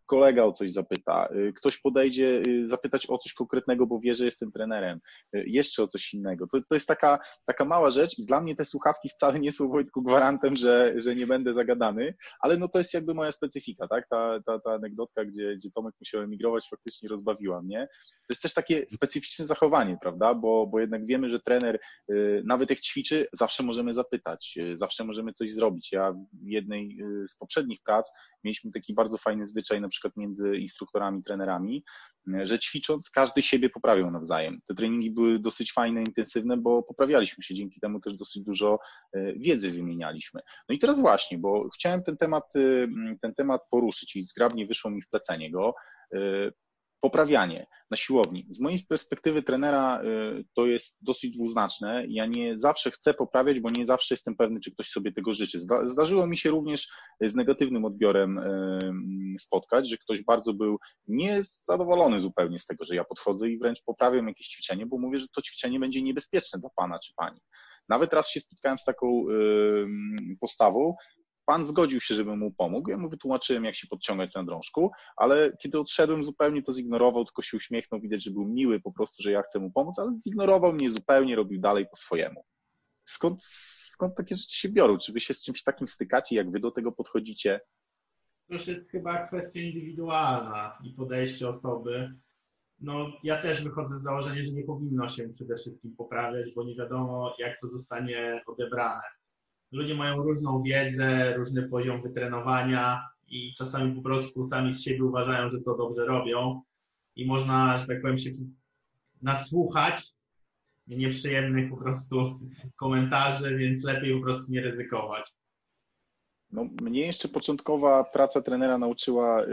[SPEAKER 2] kolega o coś zapyta, ktoś podejdzie zapytać o coś konkretnego, bo wie, że jestem trenerem, jeszcze o coś innego. To, to jest taka, taka mała rzecz i dla mnie te słuchawki wcale nie są, Wojtku, gwarantem, że, że nie będę zagadany, ale no to jest jakby moja specyfika, tak? Ta, ta, ta anegdotka, gdzie, gdzie Tomek musiał emigrować, faktycznie rozbawiła mnie. To jest też takie specyficzne zachowanie, prawda? Bo, bo jednak wiemy, że trener, nawet jak ćwiczy, zawsze możemy zapytać, zawsze możemy coś zrobić. Ja w jednej z poprzednich prac mieliśmy taki bardzo fajny zwyczaj, na przykład między instruktorami, trenerami, że ćwicząc każdy siebie poprawiał nawzajem. Te treningi były dosyć fajne, intensywne, bo poprawialiśmy się, dzięki temu też dosyć dużo wiedzy wymienialiśmy. No i teraz właśnie, bo chciałem ten temat, ten temat poruszyć i zgrabnie wyszło mi wplecenie go. Poprawianie na siłowni. Z mojej perspektywy trenera to jest dosyć dwuznaczne. Ja nie zawsze chcę poprawiać, bo nie zawsze jestem pewny, czy ktoś sobie tego życzy. Zdarzyło mi się również z negatywnym odbiorem spotkać, że ktoś bardzo był niezadowolony zupełnie z tego, że ja podchodzę i wręcz poprawiam jakieś ćwiczenie, bo mówię, że to ćwiczenie będzie niebezpieczne dla pana czy pani. Nawet raz się spotkałem z taką postawą. Pan zgodził się, żebym mu pomógł. Ja mu wytłumaczyłem, jak się podciągać na drążku, ale kiedy odszedłem, zupełnie to zignorował, tylko się uśmiechnął. Widać, że był miły po prostu, że ja chcę mu pomóc, ale zignorował mnie zupełnie, robił dalej po swojemu. Skąd, skąd takie rzeczy się biorą? Czy wy się z czymś takim stykacie? Jak wy do tego podchodzicie?
[SPEAKER 4] To już jest chyba kwestia indywidualna i podejście osoby. No, ja też wychodzę z założenia, że nie powinno się przede wszystkim poprawiać, bo nie wiadomo, jak to zostanie odebrane. Ludzie mają różną wiedzę, różny poziom wytrenowania i czasami po prostu sami z siebie uważają, że to dobrze robią i można, że tak powiem, się nasłuchać nieprzyjemnych po prostu komentarzy, więc lepiej po prostu nie ryzykować.
[SPEAKER 2] No, mnie jeszcze początkowa praca trenera nauczyła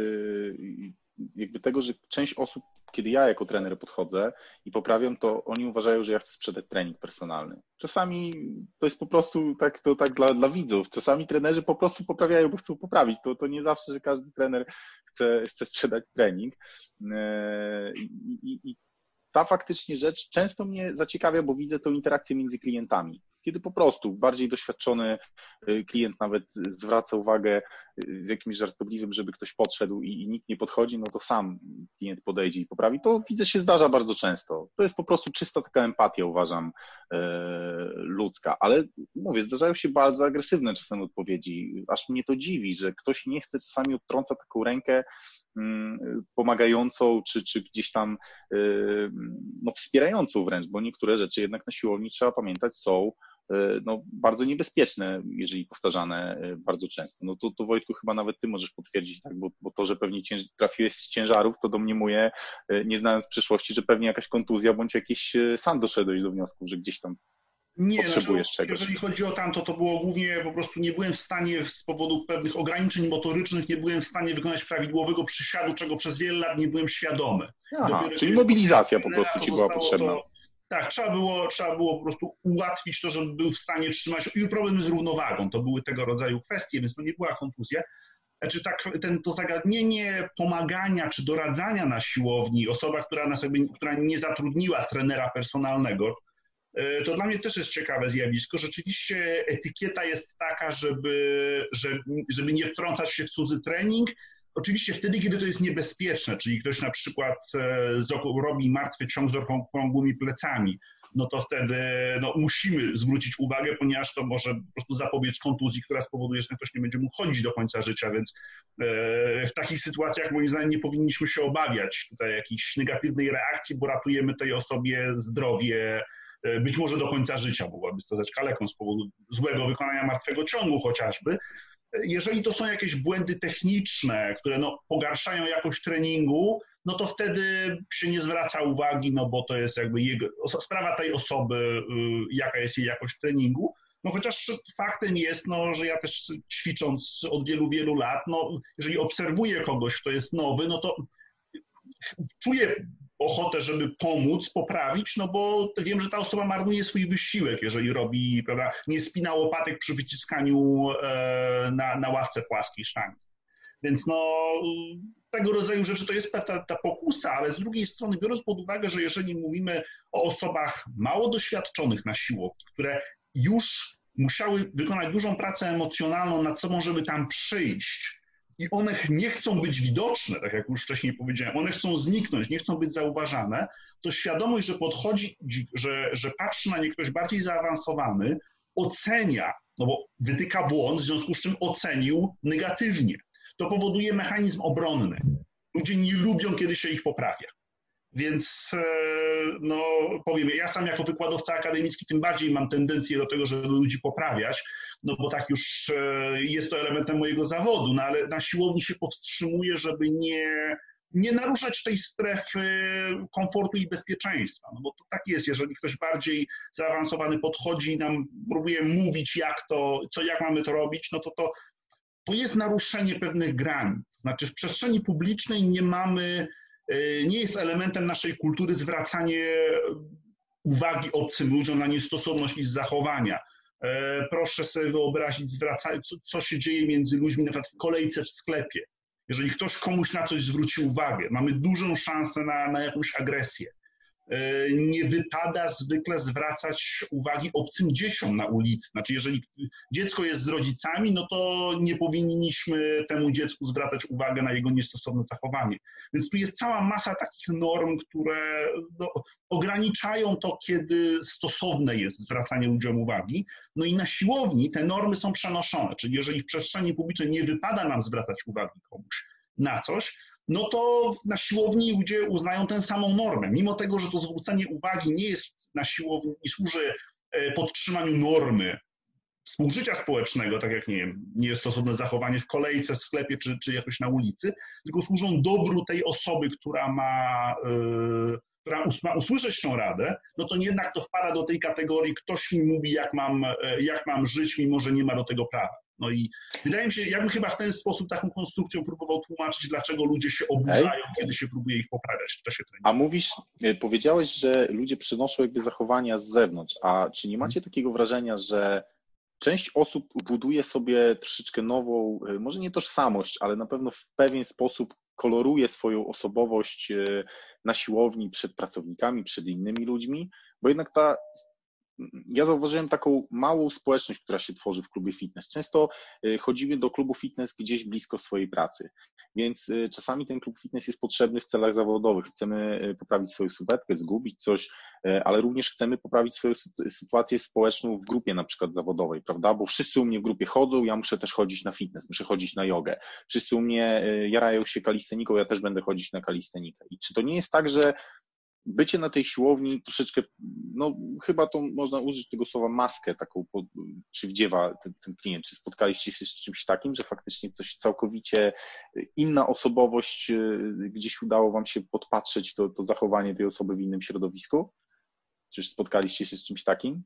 [SPEAKER 2] jakby tego, że część osób, kiedy ja jako trener podchodzę i poprawiam, to oni uważają, że ja chcę sprzedać trening personalny. Czasami to jest po prostu tak, to tak dla, dla widzów. Czasami trenerzy po prostu poprawiają, bo chcą poprawić. To, to nie zawsze, że każdy trener chce, chce sprzedać trening. I, i, i ta faktycznie rzecz często mnie zaciekawia, bo widzę tą interakcję między klientami. Kiedy po prostu bardziej doświadczony klient nawet zwraca uwagę z jakimś żartobliwym, żeby ktoś podszedł i, i nikt nie podchodzi, no to sam klient podejdzie i poprawi. To widzę, się zdarza bardzo często. To jest po prostu czysta taka empatia, uważam, e, ludzka. Ale mówię, zdarzają się bardzo agresywne czasem odpowiedzi. Aż mnie to dziwi, że ktoś nie chce, czasami odtrąca taką rękę mm, pomagającą, czy, czy gdzieś tam e, no, wspierającą wręcz, bo niektóre rzeczy jednak na siłowni, trzeba pamiętać, są no, bardzo niebezpieczne, jeżeli powtarzane bardzo często. No to, to Wojtku, chyba nawet ty możesz potwierdzić, tak, bo, bo to, że pewnie cięż, trafiłeś z ciężarów, to domniemuję, nie znając przyszłości, że pewnie jakaś kontuzja, bądź jakiś, sam doszedłeś do wniosku, że gdzieś tam nie, potrzebujesz
[SPEAKER 1] znaczy,
[SPEAKER 2] czegoś.
[SPEAKER 1] Jeżeli chodzi o tamto, to było głównie po prostu nie byłem w stanie z powodu pewnych ograniczeń motorycznych, nie byłem w stanie wykonać prawidłowego przysiadu, czego przez wiele lat nie byłem świadomy.
[SPEAKER 2] Aha, czyli mobilizacja po prostu ci była potrzebna.
[SPEAKER 1] To, tak, trzeba było, trzeba było po prostu ułatwić to, żebym był w stanie trzymać. I problemy z równowagą, to były tego rodzaju kwestie, więc to nie była kontuzja. Znaczy tak, ten, to zagadnienie pomagania czy doradzania na siłowni, osoba, która, na sobie, która nie zatrudniła trenera personalnego, to dla mnie też jest ciekawe zjawisko. Rzeczywiście etykieta jest taka, żeby, żeby, żeby nie wtrącać się w cudzy trening. Oczywiście wtedy, kiedy to jest niebezpieczne, czyli ktoś na przykład robi martwy ciąg z okrągłymi plecami, no to wtedy no, musimy zwrócić uwagę, ponieważ to może po prostu zapobiec kontuzji, która spowoduje, że ktoś nie będzie mógł chodzić do końca życia, więc w takich sytuacjach moim zdaniem nie powinniśmy się obawiać tutaj jakiejś negatywnej reakcji, bo ratujemy tej osobie zdrowie być może do końca życia, mogłaby stać kaleką z powodu złego wykonania martwego ciągu chociażby. Jeżeli to są jakieś błędy techniczne, które no, pogarszają jakość treningu, no to wtedy się nie zwraca uwagi, no bo to jest jakby jego, sprawa tej osoby, jaka jest jej jakość treningu. No chociaż faktem jest, no, że ja też ćwicząc od wielu, wielu lat, no, jeżeli obserwuję kogoś, kto jest nowy, no to czuję ochotę, żeby pomóc, poprawić, no bo wiem, że ta osoba marnuje swój wysiłek, jeżeli robi, prawda, nie spina łopatek przy wyciskaniu e, na, na ławce płaskiej sztangi. Więc no, tego rodzaju rzeczy to jest ta, ta pokusa, ale z drugiej strony, biorąc pod uwagę, że jeżeli mówimy o osobach mało doświadczonych na siłowni, które już musiały wykonać dużą pracę emocjonalną nad sobą, żeby tam przyjść, i one nie chcą być widoczne, tak jak już wcześniej powiedziałem, one chcą zniknąć, nie chcą być zauważane, to świadomość, że podchodzi, że, że patrzy na nie ktoś bardziej zaawansowany, ocenia, no bo wytyka błąd, w związku z czym ocenił negatywnie. To powoduje mechanizm obronny. Ludzie nie lubią, kiedy się ich poprawia. Więc no powiem, ja sam jako wykładowca akademicki tym bardziej mam tendencję do tego, żeby ludzi poprawiać, no bo tak już jest to elementem mojego zawodu, no ale na siłowni się powstrzymuję, żeby nie, nie naruszać tej strefy komfortu i bezpieczeństwa, no bo to tak jest, jeżeli ktoś bardziej zaawansowany podchodzi i nam próbuje mówić, jak to, co, jak mamy to robić, no to to, to jest naruszenie pewnych granic. Znaczy w przestrzeni publicznej nie mamy nie jest elementem naszej kultury zwracanie uwagi obcym ludziom na niestosowność ich zachowania. Proszę sobie wyobrazić, zwracać, co, co się dzieje między ludźmi, na przykład w kolejce w sklepie. Jeżeli ktoś komuś na coś zwróci uwagę, mamy dużą szansę na, na jakąś agresję. Nie wypada zwykle zwracać uwagi obcym dzieciom na ulicy. Znaczy, jeżeli dziecko jest z rodzicami, no to nie powinniśmy temu dziecku zwracać uwagę na jego niestosowne zachowanie. Więc tu jest cała masa takich norm, które no, ograniczają to, kiedy stosowne jest zwracanie ludziom uwagi. No i na siłowni te normy są przenoszone. Czyli jeżeli w przestrzeni publicznej nie wypada nam zwracać uwagi komuś na coś, no to na siłowni ludzie uznają tę samą normę. Mimo tego, że to zwrócenie uwagi nie jest na siłowni i służy podtrzymaniu normy współżycia społecznego, tak jak nie wiem, niestosowne zachowanie w kolejce, w sklepie czy, czy jakoś na ulicy, tylko służą dobru tej osoby, która ma, yy, która ma usłyszeć tę radę, no to jednak to wpada do tej kategorii, ktoś mi mówi, jak mam, jak mam żyć, mimo że nie ma do tego prawa. No i wydaje mi się, ja bym chyba w ten sposób taką konstrukcją próbował tłumaczyć, dlaczego ludzie się oburzają, Ej. kiedy się próbuje ich poprawiać w czasie treningu.
[SPEAKER 2] A mówisz, powiedziałeś, że ludzie przynoszą jakby zachowania z zewnątrz, a czy nie macie takiego wrażenia, że część osób buduje sobie troszeczkę nową, może nie tożsamość, ale na pewno w pewien sposób koloruje swoją osobowość na siłowni przed pracownikami, przed innymi ludźmi, bo jednak ta ja zauważyłem taką małą społeczność, która się tworzy w klubie fitness. Często chodzimy do klubu fitness gdzieś blisko swojej pracy, więc czasami ten klub fitness jest potrzebny w celach zawodowych. Chcemy poprawić swoją sylwetkę, zgubić coś, ale również chcemy poprawić swoją sytuację społeczną w grupie na przykład zawodowej, prawda? Bo wszyscy u mnie w grupie chodzą, ja muszę też chodzić na fitness, muszę chodzić na jogę. Wszyscy u mnie jarają się kalisteniką, ja też będę chodzić na kalistenikę. I czy to nie jest tak, że bycie na tej siłowni troszeczkę, no chyba to można użyć tego słowa maskę taką przywdziewa ten, ten klient. Czy spotkaliście się z czymś takim, że faktycznie coś całkowicie inna osobowość, gdzieś udało wam się podpatrzeć to, to zachowanie tej osoby w innym środowisku? Czyż spotkaliście się z czymś takim?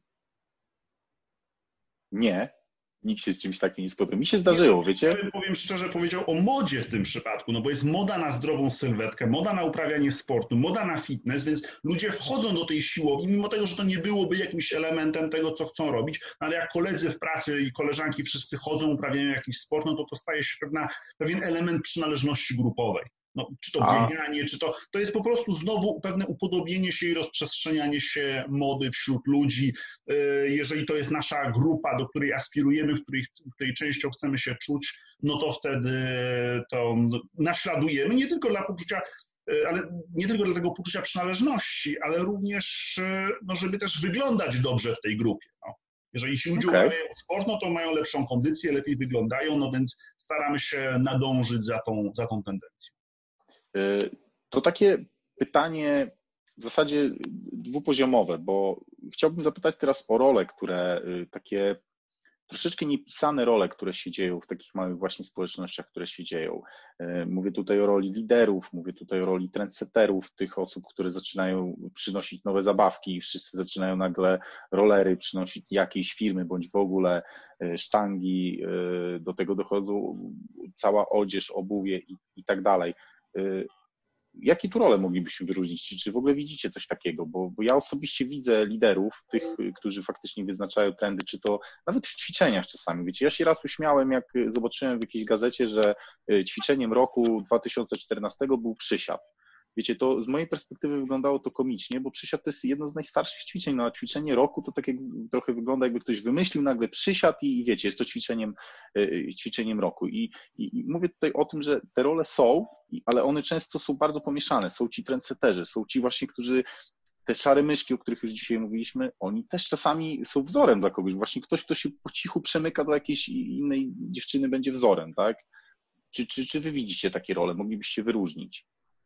[SPEAKER 2] Nie. Nikt się z czymś takim nie spotkał. Mi się zdarzyło, wiecie?
[SPEAKER 1] Ja bym, powiem szczerze, powiedział o modzie w tym przypadku, no bo jest moda na zdrową sylwetkę, moda na uprawianie sportu, moda na fitness, więc ludzie wchodzą do tej siłowni, mimo tego, że to nie byłoby jakimś elementem tego, co chcą robić, ale jak koledzy w pracy i koleżanki wszyscy chodzą, uprawiają jakiś sport, no to to staje się pewna, pewien element przynależności grupowej. No, czy to bieganie, czy to, to jest po prostu znowu pewne upodobnienie się i rozprzestrzenianie się mody wśród ludzi. Jeżeli to jest nasza grupa, do której aspirujemy, w której, w której częścią chcemy się czuć, no to wtedy to naśladujemy, nie tylko dla poczucia, ale nie tylko dla tego poczucia przynależności, ale również, no, żeby też wyglądać dobrze w tej grupie. No. Jeżeli ci ludzie okay. uprawiają sport, no to mają lepszą kondycję, lepiej wyglądają, no więc staramy się nadążyć za tą, za tą tendencją.
[SPEAKER 2] To takie pytanie w zasadzie dwupoziomowe, bo chciałbym zapytać teraz o role, które takie troszeczkę niepisane role, które się dzieją w takich małych właśnie społecznościach, które się dzieją. Mówię tutaj o roli liderów, mówię tutaj o roli trendsetterów, tych osób, które zaczynają przynosić nowe zabawki i wszyscy zaczynają nagle rolery przynosić jakiejś firmy, bądź w ogóle sztangi, do tego dochodzą cała odzież, obuwie i, i tak dalej. Jakie tu role moglibyśmy wyróżnić? Czy, czy w ogóle widzicie coś takiego? Bo, bo ja osobiście widzę liderów, tych, którzy faktycznie wyznaczają trendy, czy to nawet w ćwiczeniach czasami. Wiecie, ja się raz uśmiałem, jak zobaczyłem w jakiejś gazecie, że ćwiczeniem roku dwa tysiące czternastego był przysiad. wiecie, to z mojej perspektywy wyglądało to komicznie, bo przysiad to jest jedno z najstarszych ćwiczeń. No, a ćwiczenie roku to tak jak trochę wygląda, jakby ktoś wymyślił nagle przysiad i, i wiecie, jest to ćwiczeniem, ćwiczeniem roku. I, i, I mówię tutaj o tym, że te role są, ale one często są bardzo pomieszane. Są ci trendsetterzy, są ci właśnie, którzy te szare myszki, o których już dzisiaj mówiliśmy, oni też czasami są wzorem dla kogoś. Właśnie ktoś, kto się po cichu przemyka do jakiejś innej dziewczyny, będzie wzorem, tak? Czy, czy, czy wy widzicie takie role? Moglibyście wyróżnić?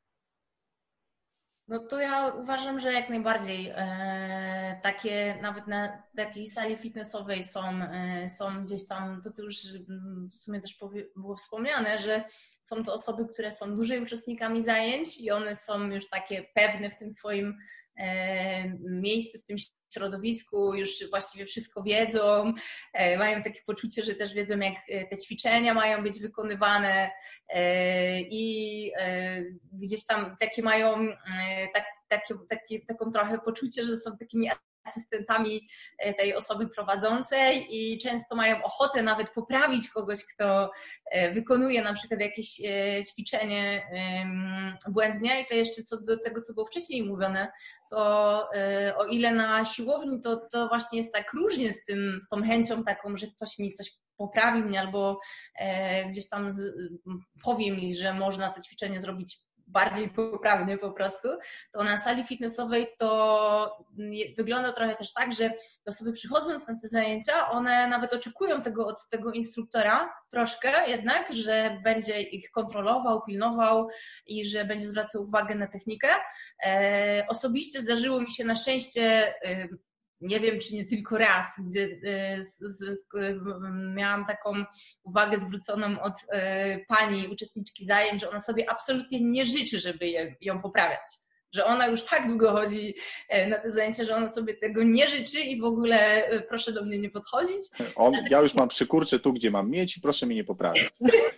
[SPEAKER 3] No to ja uważam, że jak najbardziej e, takie, nawet na takiej sali fitnessowej są, e, są gdzieś tam, to co już w sumie też powie, było wspomniane, że są to osoby, które są dłużej uczestnikami zajęć i one są już takie pewne w tym swoim e, miejscu, w tym środowisku, już właściwie wszystko wiedzą, e, mają takie poczucie, że też wiedzą, jak te ćwiczenia mają być wykonywane e, i e, gdzieś tam takie mają e, tak, takie, takie, taką trochę poczucie, że są takimi asystentami tej osoby prowadzącej i często mają ochotę nawet poprawić kogoś, kto wykonuje na przykład jakieś ćwiczenie błędnie. I to jeszcze co do tego, co było wcześniej mówione, to o ile na siłowni to, to właśnie jest tak różnie z tym, z tą chęcią taką, że ktoś mi coś poprawi mnie albo gdzieś tam powie mi, że można to ćwiczenie zrobić bardziej poprawnie po prostu, to na sali fitnessowej to wygląda trochę też tak, że osoby przychodząc na te zajęcia, one nawet oczekują tego od tego instruktora troszkę jednak, że będzie ich kontrolował, pilnował i że będzie zwracał uwagę na technikę. E, osobiście zdarzyło mi się na szczęście e, nie wiem, czy nie tylko raz, gdzie z, z, z, miałam taką uwagę zwróconą od y, pani uczestniczki zajęć, że ona sobie absolutnie nie życzy, żeby je, ją poprawiać. Że ona już tak długo chodzi na te zajęcia, że ona sobie tego nie życzy i w ogóle y, proszę do mnie nie podchodzić.
[SPEAKER 2] On, ja już mam przykurcze tu, gdzie mam mieć i proszę mnie nie poprawiać.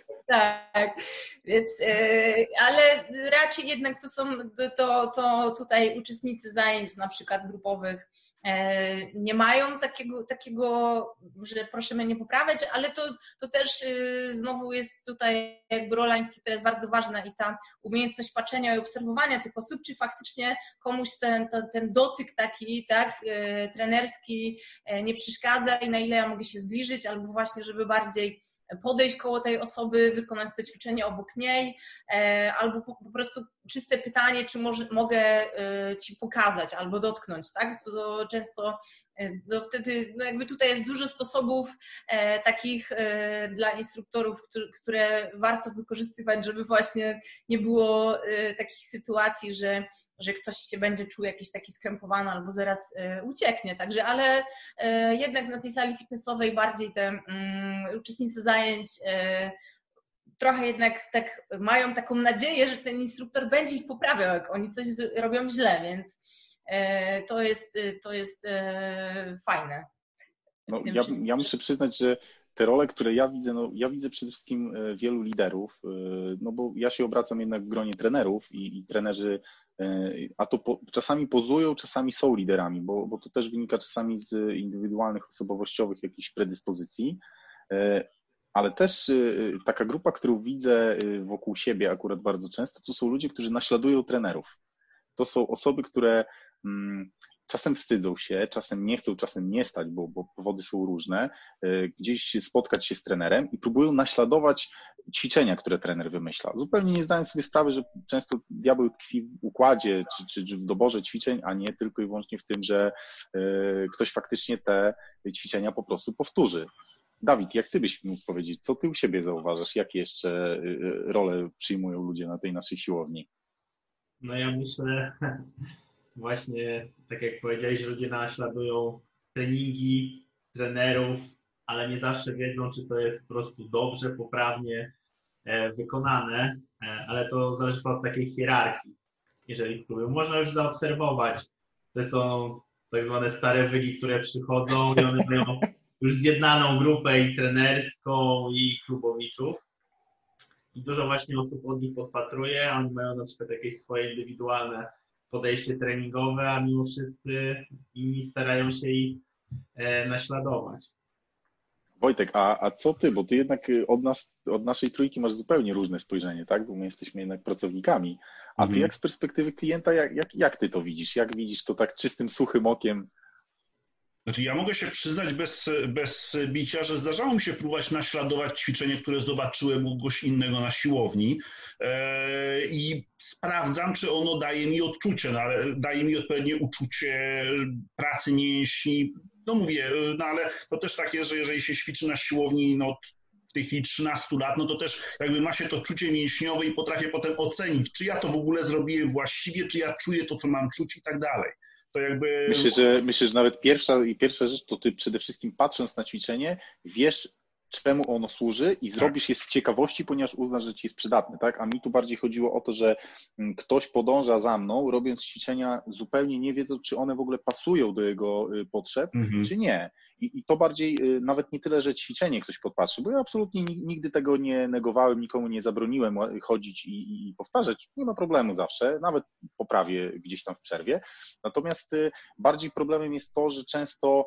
[SPEAKER 3] Tak, więc, yy, ale raczej jednak to są to, to tutaj uczestnicy zajęć na przykład grupowych yy, nie mają takiego, takiego, że proszę mnie nie poprawiać, ale to, to też yy, znowu jest tutaj jakby rola instruktora jest bardzo ważna i ta umiejętność patrzenia i obserwowania tych osób, czy faktycznie komuś ten, ten, ten dotyk taki, tak, yy, trenerski yy, nie przeszkadza i na ile ja mogę się zbliżyć, albo właśnie, żeby bardziej podejść koło tej osoby, wykonać to ćwiczenie obok niej, albo po, po prostu czyste pytanie, czy może, mogę Ci pokazać albo dotknąć, tak? To często no wtedy, no jakby tutaj jest dużo sposobów e, takich e, dla instruktorów, które, które warto wykorzystywać, żeby właśnie nie było e, takich sytuacji, że że ktoś się będzie czuł jakiś taki skrępowany albo zaraz e, ucieknie. Także, ale e, jednak na tej sali fitnessowej bardziej te um, uczestnicy zajęć e, trochę jednak tak mają taką nadzieję, że ten instruktor będzie ich poprawiał, jak oni coś z, robią źle, więc e, to jest, to jest e, fajne.
[SPEAKER 2] No, ja, ja muszę przyznać, że te role, które ja widzę, no ja widzę przede wszystkim wielu liderów, no bo ja się obracam jednak w gronie trenerów i, i trenerzy, a to po, czasami pozują, czasami są liderami, bo, bo to też wynika czasami z indywidualnych, osobowościowych jakichś predyspozycji, ale też taka grupa, którą widzę wokół siebie akurat bardzo często, to są ludzie, którzy naśladują trenerów. To są osoby, które czasem wstydzą się, czasem nie chcą, czasem nie stać, bo, bo powody są różne, gdzieś spotkać się z trenerem i próbują naśladować ćwiczenia, które trener wymyśla. Zupełnie nie zdając sobie sprawy, że często diabeł tkwi w układzie czy, czy w doborze ćwiczeń, a nie tylko i wyłącznie w tym, że ktoś faktycznie te ćwiczenia po prostu powtórzy. Dawid, jak ty byś mógł powiedzieć, co ty u siebie zauważasz, jakie jeszcze role przyjmują ludzie na tej naszej siłowni?
[SPEAKER 4] No ja myślę, właśnie tak jak powiedziałeś, ludzie naśladują treningi trenerów, ale nie zawsze wiedzą, czy to jest po prostu dobrze, poprawnie wykonane, ale to zależy od takiej hierarchii, jeżeli próbują. Można już zaobserwować, to są tak zwane stare wygi, które przychodzą i one mają już zjednaną grupę i trenerską, i klubowiczów. I dużo właśnie osób od nich podpatruje, oni mają na przykład jakieś swoje indywidualne podejście treningowe, a mimo wszyscy inni starają się ich e, naśladować.
[SPEAKER 2] Wojtek, a, a co ty? Bo ty jednak od nas, od naszej trójki masz zupełnie różne spojrzenie, tak? Bo my jesteśmy jednak pracownikami. A ty
[SPEAKER 1] Mhm.
[SPEAKER 2] jak z perspektywy klienta, jak, jak, jak ty to widzisz? Jak widzisz to tak czystym, suchym okiem?
[SPEAKER 1] Znaczy, ja mogę się przyznać bez, bez bicia, że zdarzało mi się próbować naśladować ćwiczenie, które zobaczyłem u kogoś innego na siłowni e, i sprawdzam, czy ono daje mi odczucie, no, ale daje mi odpowiednie uczucie pracy mięśni. No mówię, no ale to też takie, że jeżeli się ćwiczy na siłowni no, w tej chwili trzynaście lat, no to też jakby ma się to czucie mięśniowe i potrafię potem ocenić, czy ja to w ogóle zrobiłem właściwie, czy ja czuję to, co mam czuć i tak dalej. To jakby...
[SPEAKER 2] Myślę, że, myślę, że nawet pierwsza i pierwsza rzecz to ty przede wszystkim patrząc na ćwiczenie, wiesz, czemu ono służy i zrobisz je z ciekawości, ponieważ uznasz, że ci jest przydatne, tak? A mi tu bardziej chodziło o to, że ktoś podąża za mną, robiąc ćwiczenia zupełnie nie wiedząc, czy one w ogóle pasują do jego potrzeb, mhm. czy nie. I, I to bardziej nawet nie tyle, że ćwiczenie ktoś podpatrzy, bo ja absolutnie nigdy tego nie negowałem, nikomu nie zabroniłem chodzić i, i powtarzać. Nie ma problemu zawsze, nawet poprawię gdzieś tam w przerwie. Natomiast bardziej problemem jest to, że często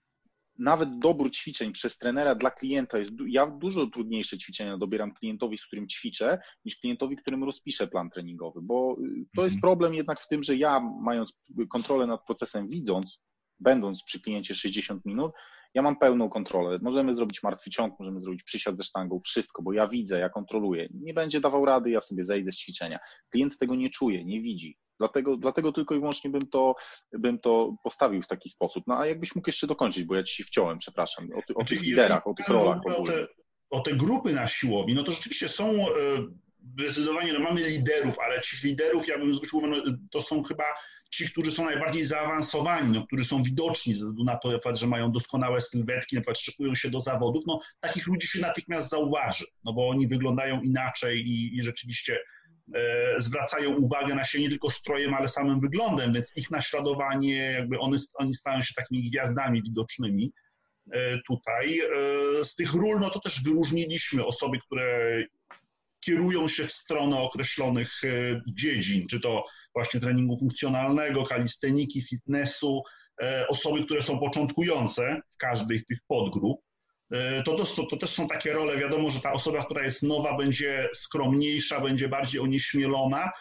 [SPEAKER 2] nawet dobór ćwiczeń przez trenera dla klienta jest, ja dużo trudniejsze ćwiczenia dobieram klientowi, z którym ćwiczę, niż klientowi, którym rozpiszę plan treningowy, bo to jest problem jednak w tym, że ja mając kontrolę nad procesem, widząc, będąc przy kliencie sześćdziesiąt minut, ja mam pełną kontrolę. Możemy zrobić martwy ciąg, możemy zrobić przysiad ze sztangą, wszystko, bo ja widzę, ja kontroluję. Nie będzie dawał rady, ja sobie zejdę z ćwiczenia. Klient tego nie czuje, nie widzi. Dlatego, dlatego tylko i wyłącznie bym to, bym to postawił w taki sposób. No a jakbyś mógł jeszcze dokończyć, bo ja ci się wciąłem, przepraszam, o, ty, o tych liderach, o tych rolach.
[SPEAKER 1] O te, o te grupy na siłowni, no to rzeczywiście są zdecydowanie, no mamy liderów, ale ci liderów, ja bym zwrócił uwagę, no, to są chyba ci, którzy są najbardziej zaawansowani, no, którzy są widoczni ze względu na to, że mają doskonałe sylwetki, na przykład szykują się do zawodów, no takich ludzi się natychmiast zauważy, no bo oni wyglądają inaczej i, i rzeczywiście e, zwracają uwagę na siebie nie tylko strojem, ale samym wyglądem, więc ich naśladowanie, jakby one, oni stają się takimi gwiazdami widocznymi e, tutaj. E, z tych ról, no to też wyróżniliśmy osoby, które kierują się w stronę określonych e, dziedzin, czy to właśnie treningu funkcjonalnego, kalisteniki, fitnessu, osoby, które są początkujące w każdej z tych podgrup. To, to, to też są takie role, wiadomo, że ta osoba, która jest nowa, będzie skromniejsza, będzie bardziej onieśmielona.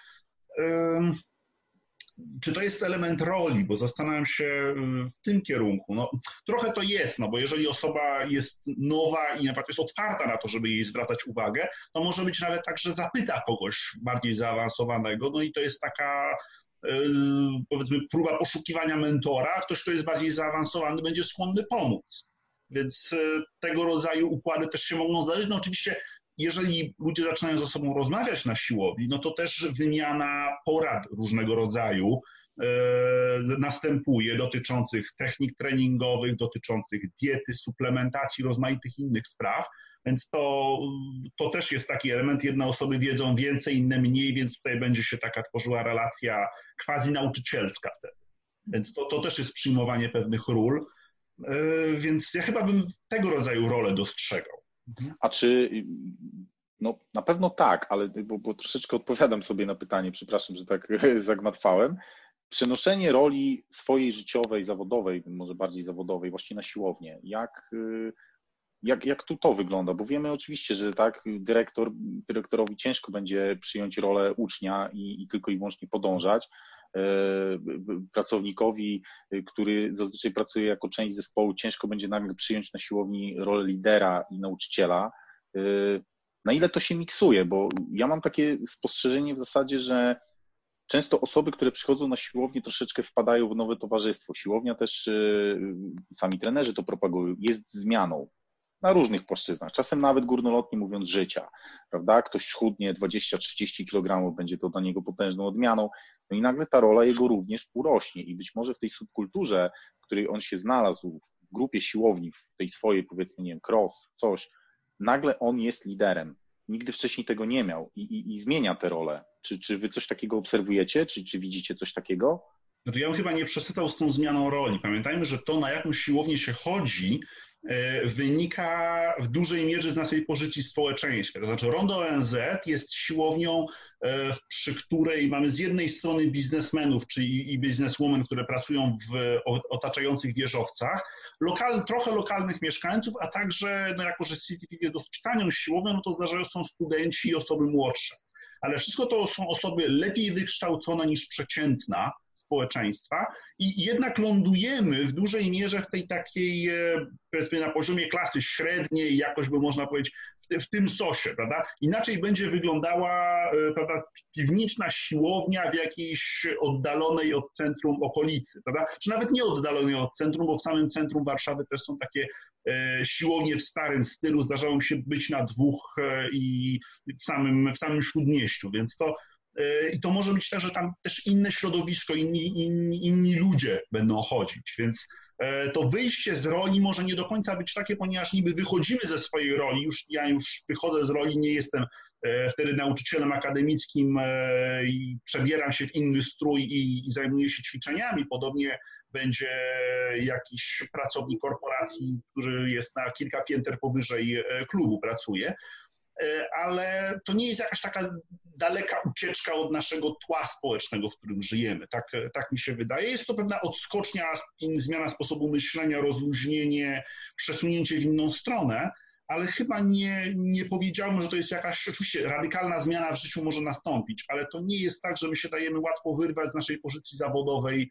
[SPEAKER 1] Czy to jest element roli, bo zastanawiam się w tym kierunku. No, trochę to jest, no bo jeżeli osoba jest nowa i na przykład jest otwarta na to, żeby jej zwracać uwagę, to może być nawet tak, że zapyta kogoś bardziej zaawansowanego, no i to jest taka powiedzmy próba poszukiwania mentora, ktoś, kto jest bardziej zaawansowany, będzie skłonny pomóc. Więc tego rodzaju układy też się mogą zdarzyć. No oczywiście jeżeli ludzie zaczynają ze sobą rozmawiać na siłowni, no to też wymiana porad różnego rodzaju e, następuje dotyczących technik treningowych, dotyczących diety, suplementacji, rozmaitych innych spraw, więc to, to też jest taki element, jedne osoby wiedzą więcej, inne mniej, więc tutaj będzie się taka tworzyła relacja quasi nauczycielska wtedy. Więc to, to też jest przyjmowanie pewnych ról, e, więc ja chyba bym tego rodzaju rolę dostrzegał.
[SPEAKER 2] A czy, no na pewno tak, ale bo, bo troszeczkę odpowiadam sobie na pytanie, przepraszam, że tak zagmatwałem. Przenoszenie roli swojej życiowej, zawodowej, może bardziej zawodowej, właśnie na siłownię. Jak, jak, jak tu to wygląda? Bo wiemy oczywiście, że tak, dyrektor, dyrektorowi ciężko będzie przyjąć rolę ucznia i, i tylko i wyłącznie podążać. Pracownikowi, który zazwyczaj pracuje jako część zespołu, ciężko będzie nagle przyjąć na siłowni rolę lidera i nauczyciela. Na ile to się miksuje? Bo ja mam takie spostrzeżenie w zasadzie, że często osoby, które przychodzą na siłownię, troszeczkę wpadają w nowe towarzystwo. Siłownia też, sami trenerzy to propagują, jest zmianą na różnych płaszczyznach, czasem nawet górnolotnie mówiąc życia, prawda? Ktoś schudnie dwadzieścia trzydzieści kilogramów, będzie to dla niego potężną odmianą, no i nagle ta rola jego również urośnie i być może w tej subkulturze, w której on się znalazł, w grupie siłowni, w tej swojej, powiedzmy, nie wiem, cross, coś, nagle on jest liderem. Nigdy wcześniej tego nie miał i, i, i zmienia tę rolę. Czy, czy wy coś takiego obserwujecie? Czy, czy widzicie coś takiego?
[SPEAKER 1] Znaczy ja bym chyba nie przesytał z tą zmianą roli. Pamiętajmy, że to, na jaką siłownię się chodzi, wynika w dużej mierze z naszej pozycji w społeczeństwie. To znaczy Rondo O N Z jest siłownią, przy której mamy z jednej strony biznesmenów, czyli i bizneswomen, które pracują w otaczających wieżowcach, lokal, trochę lokalnych mieszkańców, a także, no jako że City Fit jest dosyć tanią siłownią, no to zdarzają się studenci i osoby młodsze. Ale wszystko to są osoby lepiej wykształcone niż przeciętna społeczeństwa i jednak lądujemy w dużej mierze w tej takiej, powiedzmy, na poziomie klasy średniej, jakoś by można powiedzieć, w, w tym sosie, prawda? Inaczej będzie wyglądała, prawda, piwniczna siłownia w jakiejś oddalonej od centrum okolicy, prawda? Czy nawet nie oddalonej od centrum, bo w samym centrum Warszawy też są takie e, siłownie w starym stylu, zdarzało się być na dwóch e, i w samym, w samym Śródmieściu, więc to i to może być tak, że tam też inne środowisko, inni, inni, inni ludzie będą chodzić, więc to wyjście z roli może nie do końca być takie, ponieważ niby wychodzimy ze swojej roli, już ja już wychodzę z roli, nie jestem wtedy nauczycielem akademickim i przebieram się w inny strój i, i zajmuję się ćwiczeniami, podobnie będzie jakiś pracownik korporacji, który jest na kilka pięter powyżej klubu, pracuje. Ale to nie jest jakaś taka daleka ucieczka od naszego tła społecznego, w którym żyjemy. Tak, tak mi się wydaje. Jest to pewna odskocznia, zmiana sposobu myślenia, rozluźnienie, przesunięcie w inną stronę, ale chyba nie, nie powiedziałbym, że to jest jakaś, oczywiście radykalna zmiana w życiu może nastąpić, ale to nie jest tak, że my się dajemy łatwo wyrwać z naszej pozycji zawodowej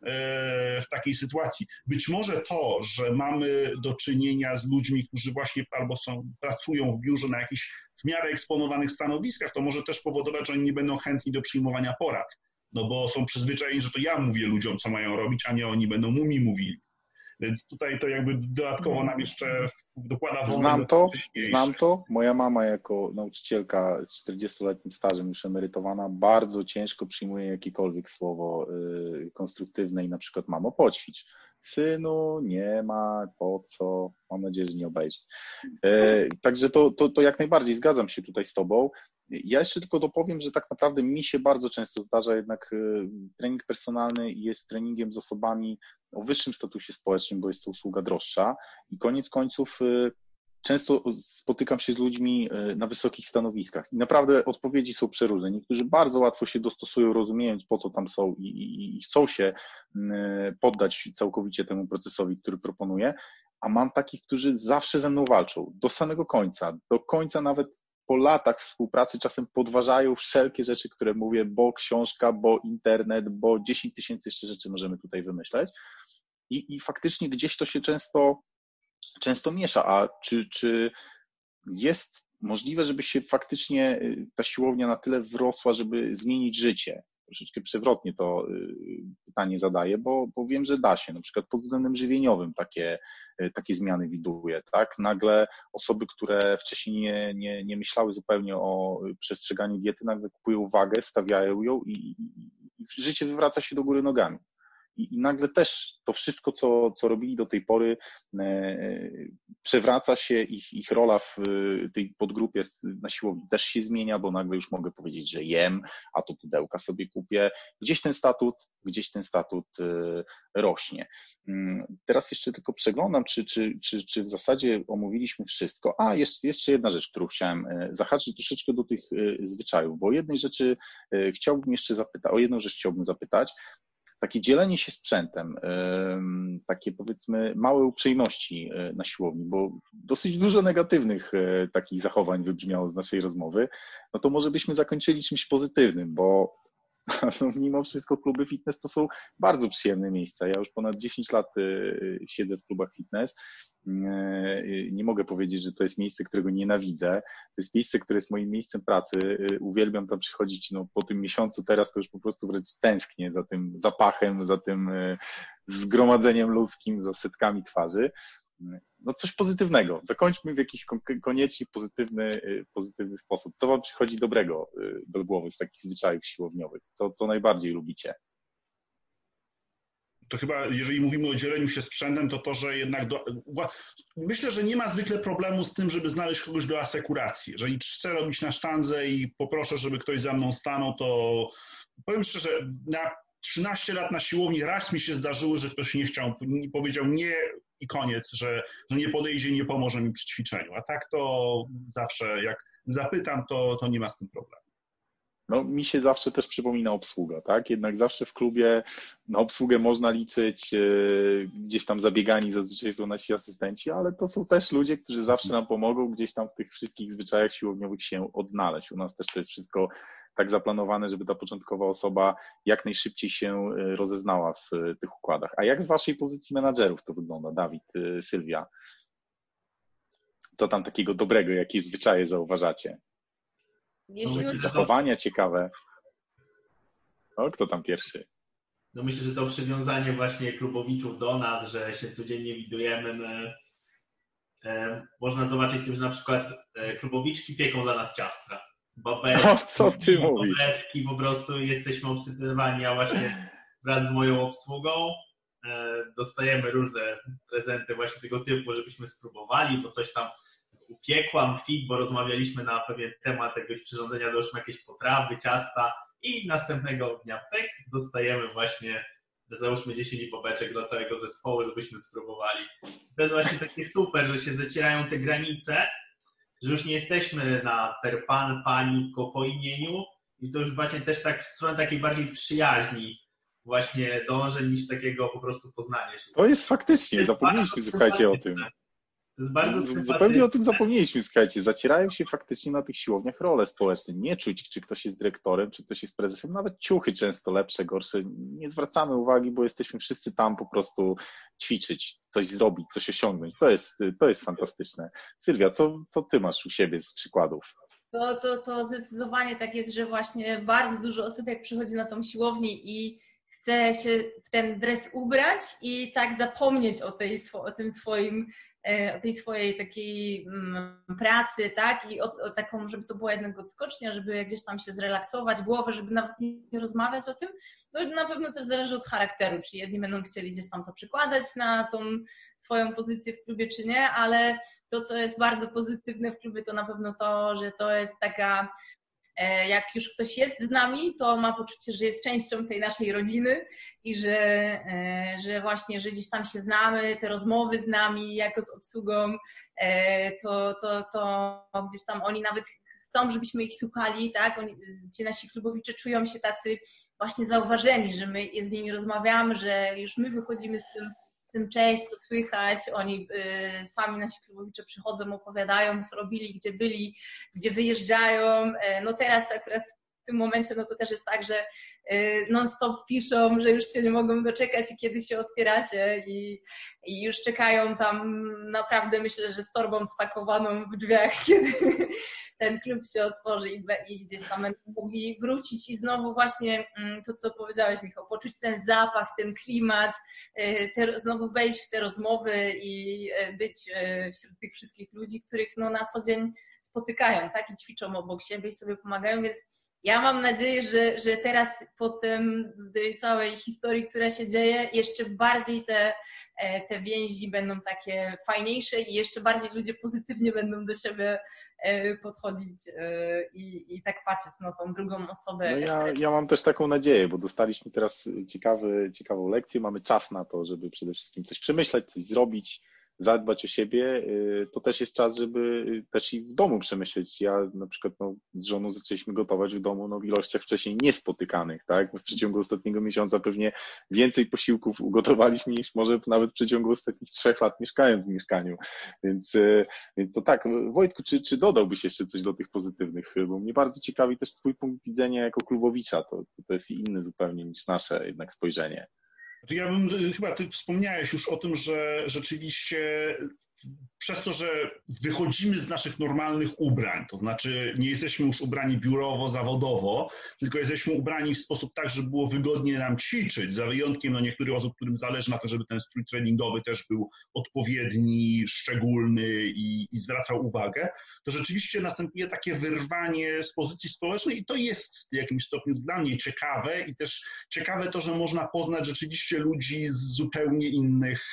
[SPEAKER 1] w takiej sytuacji. Być może to, że mamy do czynienia z ludźmi, którzy właśnie albo są, pracują w biurze na jakichś w miarę eksponowanych stanowiskach, to może też powodować, że oni nie będą chętni do przyjmowania porad, no bo są przyzwyczajeni, że to ja mówię ludziom, co mają robić, a nie oni będą mu mi mówili. Więc tutaj to jakby dodatkowo nam jeszcze dokłada wątek.
[SPEAKER 2] Znam to, znam to. Moja mama jako nauczycielka z czterdziestoletnim stażem, już emerytowana, bardzo ciężko przyjmuje jakiekolwiek słowo y, konstruktywne i na przykład mamo, poćwicz. Synu, nie ma, po co? Mam nadzieję, że nie obejrzy. Y, także to, to, to jak najbardziej zgadzam się tutaj z tobą. Ja jeszcze tylko dopowiem, że tak naprawdę mi się bardzo często zdarza jednak trening personalny jest treningiem z osobami o wyższym statusie społecznym, bo jest to usługa droższa i koniec końców często spotykam się z ludźmi na wysokich stanowiskach i naprawdę odpowiedzi są przeróżne. Niektórzy bardzo łatwo się dostosują, rozumiejąc, po co tam są i, i, i chcą się poddać całkowicie temu procesowi, który proponuję, a mam takich, którzy zawsze ze mną walczą, do samego końca, do końca nawet po latach współpracy czasem podważają wszelkie rzeczy, które mówię, bo książka, bo internet, bo dziesięć tysięcy jeszcze rzeczy możemy tutaj wymyśleć. I, i faktycznie gdzieś to się często, często miesza. A czy, czy jest możliwe, żeby się faktycznie ta siłownia na tyle wrosła, żeby zmienić życie? Troszeczkę przewrotnie to pytanie zadaję, bo, bo wiem, że da się. Na przykład pod względem żywieniowym takie, takie zmiany widuję. Tak? Nagle osoby, które wcześniej nie, nie, nie myślały zupełnie o przestrzeganiu diety, nagle kupują wagę, stawiają ją i, i, i życie wywraca się do góry nogami. I, I nagle też to wszystko, co, co robili do tej pory, e, przewraca się, ich, ich rola w tej podgrupie na siłowni też się zmienia, bo nagle już mogę powiedzieć, że jem, a to pudełka sobie kupię. Gdzieś ten statut, gdzieś ten statut e, rośnie. Teraz jeszcze tylko przeglądam, czy, czy, czy, czy w zasadzie omówiliśmy wszystko. A, jeszcze, jeszcze jedna rzecz, którą chciałem zahaczyć troszeczkę do tych zwyczajów, bo o jednej rzeczy chciałbym jeszcze zapytać, o jedną rzecz chciałbym zapytać. Takie dzielenie się sprzętem, takie powiedzmy małe uprzejmości na siłowni, bo dosyć dużo negatywnych takich zachowań wybrzmiało z naszej rozmowy, no to może byśmy zakończyli czymś pozytywnym, bo no, mimo wszystko kluby fitness to są bardzo przyjemne miejsca. Ja już ponad dziesięć lat siedzę w klubach fitness. Nie mogę powiedzieć, że to jest miejsce, którego nienawidzę. To jest miejsce, które jest moim miejscem pracy. Uwielbiam tam przychodzić, no, po tym miesiącu teraz to już po prostu wręcz tęsknię za tym zapachem, za tym zgromadzeniem ludzkim, za setkami twarzy. No coś pozytywnego. Zakończmy w jakiś koniecznie pozytywny, pozytywny sposób. Co wam przychodzi dobrego do głowy z takich zwyczajów siłowniowych? Co, co najbardziej lubicie?
[SPEAKER 1] To chyba, jeżeli mówimy o dzieleniu się sprzętem, to to, że jednak do... myślę, że nie ma zwykle problemu z tym, żeby znaleźć kogoś do asekuracji. Jeżeli chcę robić na sztandze i poproszę, żeby ktoś za mną stanął, to powiem szczerze, na trzynaście lat na siłowni raz mi się zdarzyło, że ktoś nie chciał, powiedział nie i koniec, że, że nie podejdzie i nie pomoże mi przy ćwiczeniu. A tak to zawsze jak zapytam, to, to nie ma z tym problemu.
[SPEAKER 2] No, mi się zawsze też przypomina obsługa, tak? Jednak zawsze w klubie na obsługę można liczyć, gdzieś tam zabiegani zazwyczaj są nasi asystenci, ale to są też ludzie, którzy zawsze nam pomogą gdzieś tam w tych wszystkich zwyczajach siłowniowych się odnaleźć. U nas też to jest wszystko tak zaplanowane, żeby ta początkowa osoba jak najszybciej się rozeznała w tych układach. A jak z waszej pozycji menadżerów to wygląda, Dawid, Sylwia? Co tam takiego dobrego, jakie zwyczaje zauważacie?
[SPEAKER 3] Jeśli
[SPEAKER 2] Jakieś zachowania ciekawe. O, kto tam pierwszy?
[SPEAKER 4] No myślę, że to przywiązanie właśnie klubowiczów do nas, że się codziennie widujemy. My, e, można zobaczyć w tym, że na przykład e, klubowiczki pieką dla nas ciastka. Babeczki,
[SPEAKER 2] O, co ty mówisz?
[SPEAKER 4] babeczki, po prostu jesteśmy obsypywani, a właśnie wraz z moją obsługą e, dostajemy różne prezenty właśnie tego typu, żebyśmy spróbowali, bo coś tam upiekłam fit, bo rozmawialiśmy na pewien temat jakiegoś przyrządzenia, załóżmy jakieś potrawy, ciasta i następnego dnia pek dostajemy właśnie załóżmy dziesięć bobeczek dla całego zespołu, żebyśmy spróbowali. To jest właśnie takie super, że się zacierają te granice, że już nie jesteśmy na per pan, pani, tylko po imieniu i to już właśnie też tak w stronę takiej bardziej przyjaźni właśnie dążę niż takiego po prostu poznania się.
[SPEAKER 2] To jest faktycznie, zapomnieliśmy, słuchajcie, o tym.
[SPEAKER 4] To jest bardzo
[SPEAKER 2] Zupełnie o tym zapomnieliśmy, słuchajcie. Zacierają się faktycznie na tych siłowniach role społeczne. Nie czuć, czy ktoś jest dyrektorem, czy ktoś jest prezesem. Nawet ciuchy często lepsze, gorsze. Nie zwracamy uwagi, bo jesteśmy wszyscy tam po prostu ćwiczyć, coś zrobić, coś osiągnąć. To jest, to jest fantastyczne. Sylwia, co, co ty masz u siebie z przykładów?
[SPEAKER 3] To, to, to zdecydowanie tak jest, że właśnie bardzo dużo osób jak przychodzi na tą siłownię i chce się w ten dres ubrać i tak zapomnieć o, tej, o tym swoim o tej swojej takiej pracy, tak, i o, o taką, żeby to była jednak odskocznia, żeby gdzieś tam się zrelaksować, głowę, żeby nawet nie rozmawiać o tym, to na pewno też zależy od charakteru, czy jedni będą chcieli gdzieś tam to przykładać na tą swoją pozycję w klubie, czy nie, ale to, co jest bardzo pozytywne w klubie, to na pewno to, że to jest taka, jak już ktoś jest z nami, to ma poczucie, że jest częścią tej naszej rodziny i że, że właśnie, że gdzieś tam się znamy, te rozmowy z nami, jako z obsługą, to, to, to gdzieś tam oni nawet chcą, żebyśmy ich słuchali, tak? Oni, ci nasi klubowicze czują się tacy właśnie zauważeni, że my z nimi rozmawiamy, że już my wychodzimy z tym tym cześć, co słychać, oni y, sami nasi klubowicze przychodzą, opowiadają, co robili, gdzie byli, gdzie wyjeżdżają. Y, no teraz akurat w tym momencie no to też jest tak, że y, non-stop piszą, że już się nie mogą doczekać i kiedy się otwieracie i, i już czekają tam naprawdę, myślę, że z torbą spakowaną w drzwiach, kiedy ten klub się otworzy i, i gdzieś tam będą mogli wrócić i znowu właśnie to, co powiedziałeś, Michał, poczuć ten zapach, ten klimat, te, znowu wejść w te rozmowy i być wśród tych wszystkich ludzi, których no, na co dzień spotykają, tak, i ćwiczą obok siebie i sobie pomagają, więc ja mam nadzieję, że, że teraz po tym, tej całej historii, która się dzieje, jeszcze bardziej te, te więzi będą takie fajniejsze i jeszcze bardziej ludzie pozytywnie będą do siebie podchodzić i, i tak patrzeć na tą drugą osobę.
[SPEAKER 2] No ja, ja mam też taką nadzieję, bo dostaliśmy teraz ciekawy, ciekawą lekcję, mamy czas na to, żeby przede wszystkim coś przemyśleć, coś zrobić, zadbać o siebie, to też jest czas, żeby też i w domu przemyśleć. Ja na przykład no, z żoną zaczęliśmy gotować w domu no, w ilościach wcześniej niespotykanych, tak? W przeciągu ostatniego miesiąca pewnie więcej posiłków ugotowaliśmy niż może nawet w przeciągu ostatnich trzech lat mieszkając w mieszkaniu. Więc, więc to tak, Wojtku, czy, czy dodałbyś jeszcze coś do tych pozytywnych? Bo mnie bardzo ciekawi też twój punkt widzenia jako klubowicza. To, to jest inny zupełnie niż nasze jednak spojrzenie.
[SPEAKER 1] Ja bym, chyba ty wspomniałeś już o tym, że rzeczywiście przez to, że wychodzimy z naszych normalnych ubrań, to znaczy nie jesteśmy już ubrani biurowo, zawodowo, tylko jesteśmy ubrani w sposób tak, żeby było wygodnie nam ćwiczyć, za wyjątkiem no, niektórych osób, którym zależy na tym, żeby ten strój treningowy też był odpowiedni, szczególny i, i zwracał uwagę, to rzeczywiście następuje takie wyrwanie z pozycji społecznej i to jest w jakimś stopniu dla mnie ciekawe i też ciekawe to, że można poznać rzeczywiście ludzi z zupełnie innych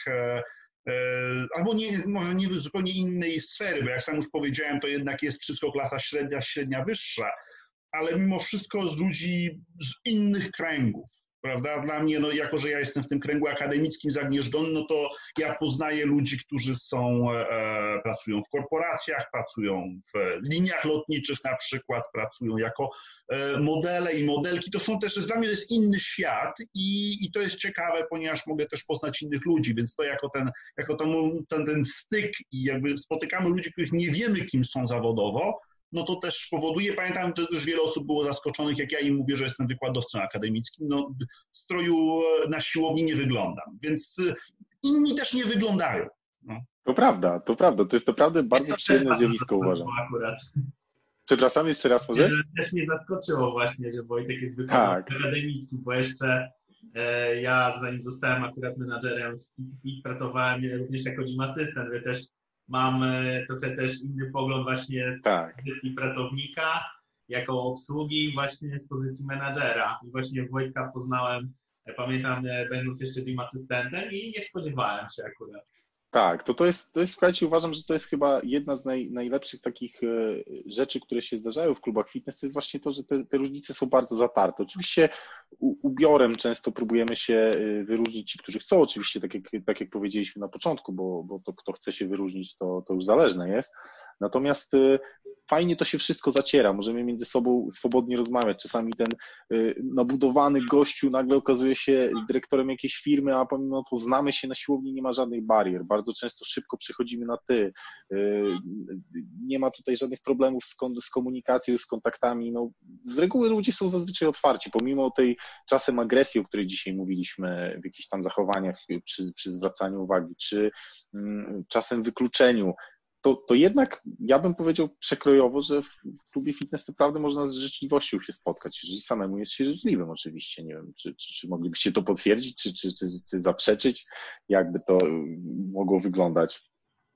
[SPEAKER 1] albo nie, może nie zupełnie innej sfery, bo jak sam już powiedziałem, to jednak jest wszystko klasa średnia, średnia wyższa, ale mimo wszystko z ludzi z innych kręgów. Prawda? Dla mnie, no, jako że ja jestem w tym kręgu akademickim zagnieżdżony, no to ja poznaję ludzi, którzy są, e, pracują w korporacjach, pracują w liniach lotniczych na przykład, pracują jako e, modele i modelki. To są też, dla mnie to jest inny świat i, i to jest ciekawe, ponieważ mogę też poznać innych ludzi, więc to jako ten, jako ten, ten, ten styk i jakby spotykamy ludzi, których nie wiemy, kim są zawodowo, no to też powoduje, pamiętam, to też wiele osób było zaskoczonych, jak ja im mówię, że jestem wykładowcą akademickim, no w stroju na siłowni nie wyglądam, więc inni też nie wyglądają. No.
[SPEAKER 2] To prawda, to prawda, to jest naprawdę bardzo przyjemne zjawisko, uważam.
[SPEAKER 4] Akurat.
[SPEAKER 2] Przepraszam, jeszcze raz możesz?
[SPEAKER 4] Też mnie zaskoczyło właśnie, że Wojtek jest wykładowcą tak. akademickim, bo jeszcze e, ja zanim zostałem akurat menadżerem w CityFit, pracowałem również jako gym asystent, więc też mam trochę też inny pogląd właśnie z tak. pozycji pracownika, jako obsługi właśnie z pozycji menadżera. I właśnie Wojtka poznałem, pamiętam, będąc jeszcze gym asystentem i nie spodziewałem się akurat.
[SPEAKER 2] Tak, to, to, jest, to jest, słuchajcie, uważam, że to jest chyba jedna z naj, najlepszych takich rzeczy, które się zdarzają w klubach fitness, to jest właśnie to, że te, te różnice są bardzo zatarte. Oczywiście u, ubiorem często próbujemy się wyróżnić ci, którzy chcą, oczywiście, tak jak, tak jak powiedzieliśmy na początku, bo, bo to kto chce się wyróżnić, to, to już zależne jest. Natomiast fajnie to się wszystko zaciera, możemy między sobą swobodnie rozmawiać. Czasami ten nabudowany gościu nagle okazuje się dyrektorem jakiejś firmy, a pomimo to znamy się na siłowni, nie ma żadnych barier. Bardzo często szybko przechodzimy na ty. Nie ma tutaj żadnych problemów z komunikacją, z kontaktami. No, z reguły ludzie są zazwyczaj otwarci, pomimo tej czasem agresji, o której dzisiaj mówiliśmy, w jakichś tam zachowaniach przy, przy zwracaniu uwagi, czy czasem wykluczeniu. To, to jednak ja bym powiedział przekrojowo, że w klubie fitness naprawdę można z życzliwością się spotkać, jeżeli samemu jest się życzliwym oczywiście. Nie wiem, czy, czy, czy moglibyście to potwierdzić, czy, czy, czy, czy zaprzeczyć, jakby to mogło wyglądać?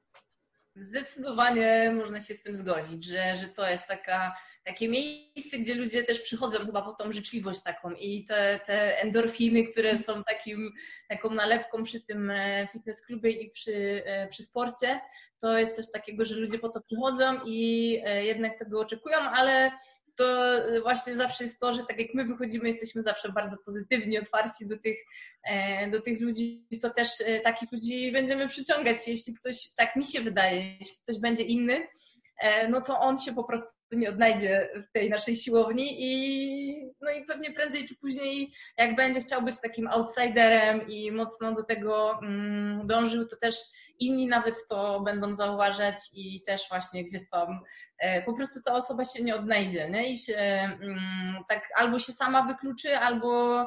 [SPEAKER 3] Zdecydowanie można się z tym zgodzić, że, że to jest taka, takie miejsce, gdzie ludzie też przychodzą chyba po tą życzliwość taką i te, te endorfiny, które są takim, taką nalepką przy tym fitness klubie i przy, przy sporcie, to jest coś takiego, że ludzie po to przychodzą i jednak tego oczekują, ale to właśnie zawsze jest to, że tak jak my wychodzimy, jesteśmy zawsze bardzo pozytywnie otwarci do tych, do tych ludzi, to też takich ludzi będziemy przyciągać. Jeśli ktoś, tak mi się wydaje, jeśli ktoś będzie inny, no to on się po prostu nie odnajdzie w tej naszej siłowni i, no i pewnie prędzej czy później, jak będzie chciał być takim outsiderem i mocno do tego mm, dążył, to też inni nawet to będą zauważać i też właśnie gdzieś tam e, po prostu ta osoba się nie odnajdzie, nie? I się mm, tak albo się sama wykluczy, albo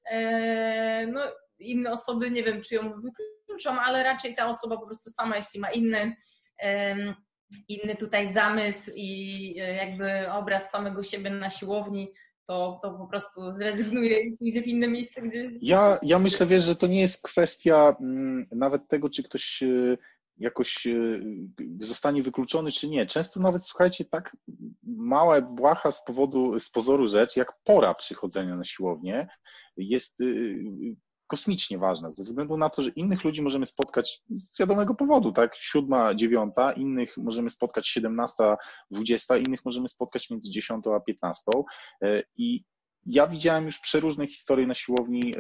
[SPEAKER 3] e, no, inne osoby, nie wiem, czy ją wykluczą, ale raczej ta osoba po prostu sama, jeśli ma inny e, inny tutaj zamysł i jakby obraz samego siebie na siłowni, to, to po prostu zrezygnuje i idzie w inne miejsce, gdzie...
[SPEAKER 2] Ja, ja myślę, wiesz, że to nie jest kwestia m, nawet tego, czy ktoś y, jakoś y, zostanie wykluczony, czy nie. Często nawet, słuchajcie, tak mała, błaha z powodu, z pozoru rzecz, jak pora przychodzenia na siłownię jest y, kosmicznie ważna, ze względu na to, że innych ludzi możemy spotkać z wiadomego powodu, tak, siódma, dziewiąta, innych możemy spotkać siedemnasta, dwudziesta, innych możemy spotkać między dziesiątą a piętnastą i ja widziałem już przeróżne historie na siłowni,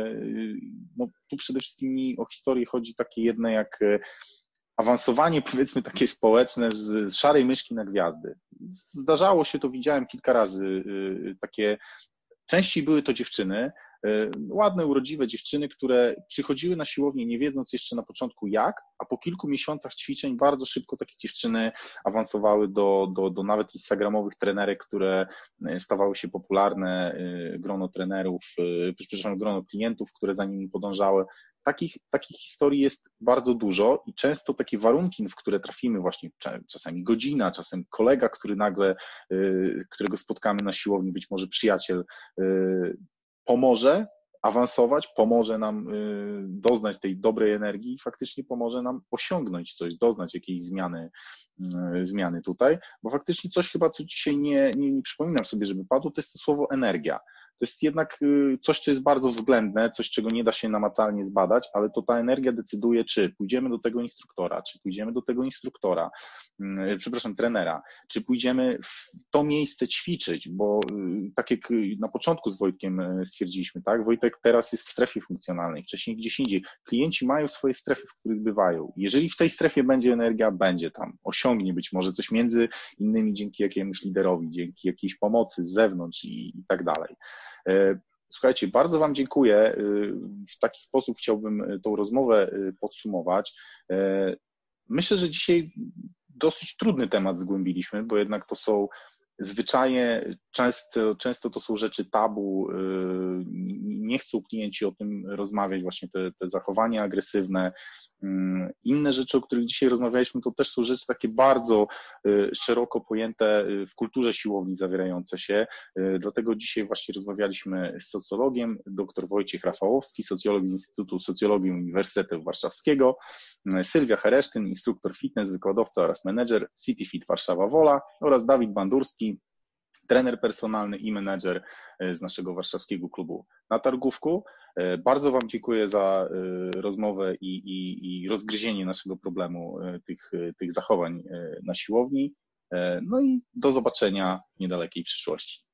[SPEAKER 2] no tu przede wszystkim mi o historii chodzi takie jedne jak awansowanie, powiedzmy, takie społeczne z szarej myszki na gwiazdy. Zdarzało się to, widziałem kilka razy takie, częściej były to dziewczyny, ładne, urodziwe dziewczyny, które przychodziły na siłownię nie wiedząc jeszcze na początku jak, a po kilku miesiącach ćwiczeń bardzo szybko takie dziewczyny awansowały do, do, do nawet instagramowych trenerek, które stawały się popularne, grono trenerów, przepraszam, grono klientów, które za nimi podążały. Takich, takich historii jest bardzo dużo i często takie warunki, w które trafimy, właśnie czasami godzina, czasem kolega, który nagle, którego spotkamy na siłowni, być może przyjaciel, pomoże awansować, pomoże nam doznać tej dobrej energii i faktycznie pomoże nam osiągnąć coś, doznać jakiejś zmiany, zmiany tutaj, bo faktycznie coś chyba, co dzisiaj nie, nie, nie przypominam sobie, żeby padło, to jest to słowo energia. to jest jednak coś, co jest bardzo względne, coś, czego nie da się namacalnie zbadać, ale to ta energia decyduje, czy pójdziemy do tego instruktora, czy pójdziemy do tego instruktora, przepraszam, trenera, czy pójdziemy w to miejsce ćwiczyć, bo tak jak na początku z Wojtkiem stwierdziliśmy, tak, Wojtek teraz jest w strefie funkcjonalnej, wcześniej gdzieś indziej. Klienci mają swoje strefy, w których bywają. Jeżeli w tej strefie będzie energia, będzie tam, osiągnie być może coś między innymi dzięki jakiemuś liderowi, dzięki jakiejś pomocy z zewnątrz i, i tak dalej. Słuchajcie, bardzo Wam dziękuję. W taki sposób chciałbym tą rozmowę podsumować. Myślę, że dzisiaj dosyć trudny temat zgłębiliśmy, bo jednak to są zwyczaje, często, często to są rzeczy tabu, nie chcą klienci o tym rozmawiać, właśnie te, te zachowania agresywne. Inne rzeczy, o których dzisiaj rozmawialiśmy, to też są rzeczy takie bardzo szeroko pojęte w kulturze siłowni zawierające się, dlatego dzisiaj właśnie rozmawialiśmy z socjologiem, dr Wojciech Rafałowski, socjolog z Instytutu Socjologii Uniwersytetu Warszawskiego, Sylwia Heresztyn, instruktor fitness, wykładowca oraz menedżer CityFit Warszawa Wola oraz Dawid Bandurski, trener personalny i menedżer z naszego warszawskiego klubu na Targówku. Bardzo Wam dziękuję za rozmowę i, i, i rozgryzienie naszego problemu tych, tych zachowań na siłowni. No i do zobaczenia w niedalekiej przyszłości.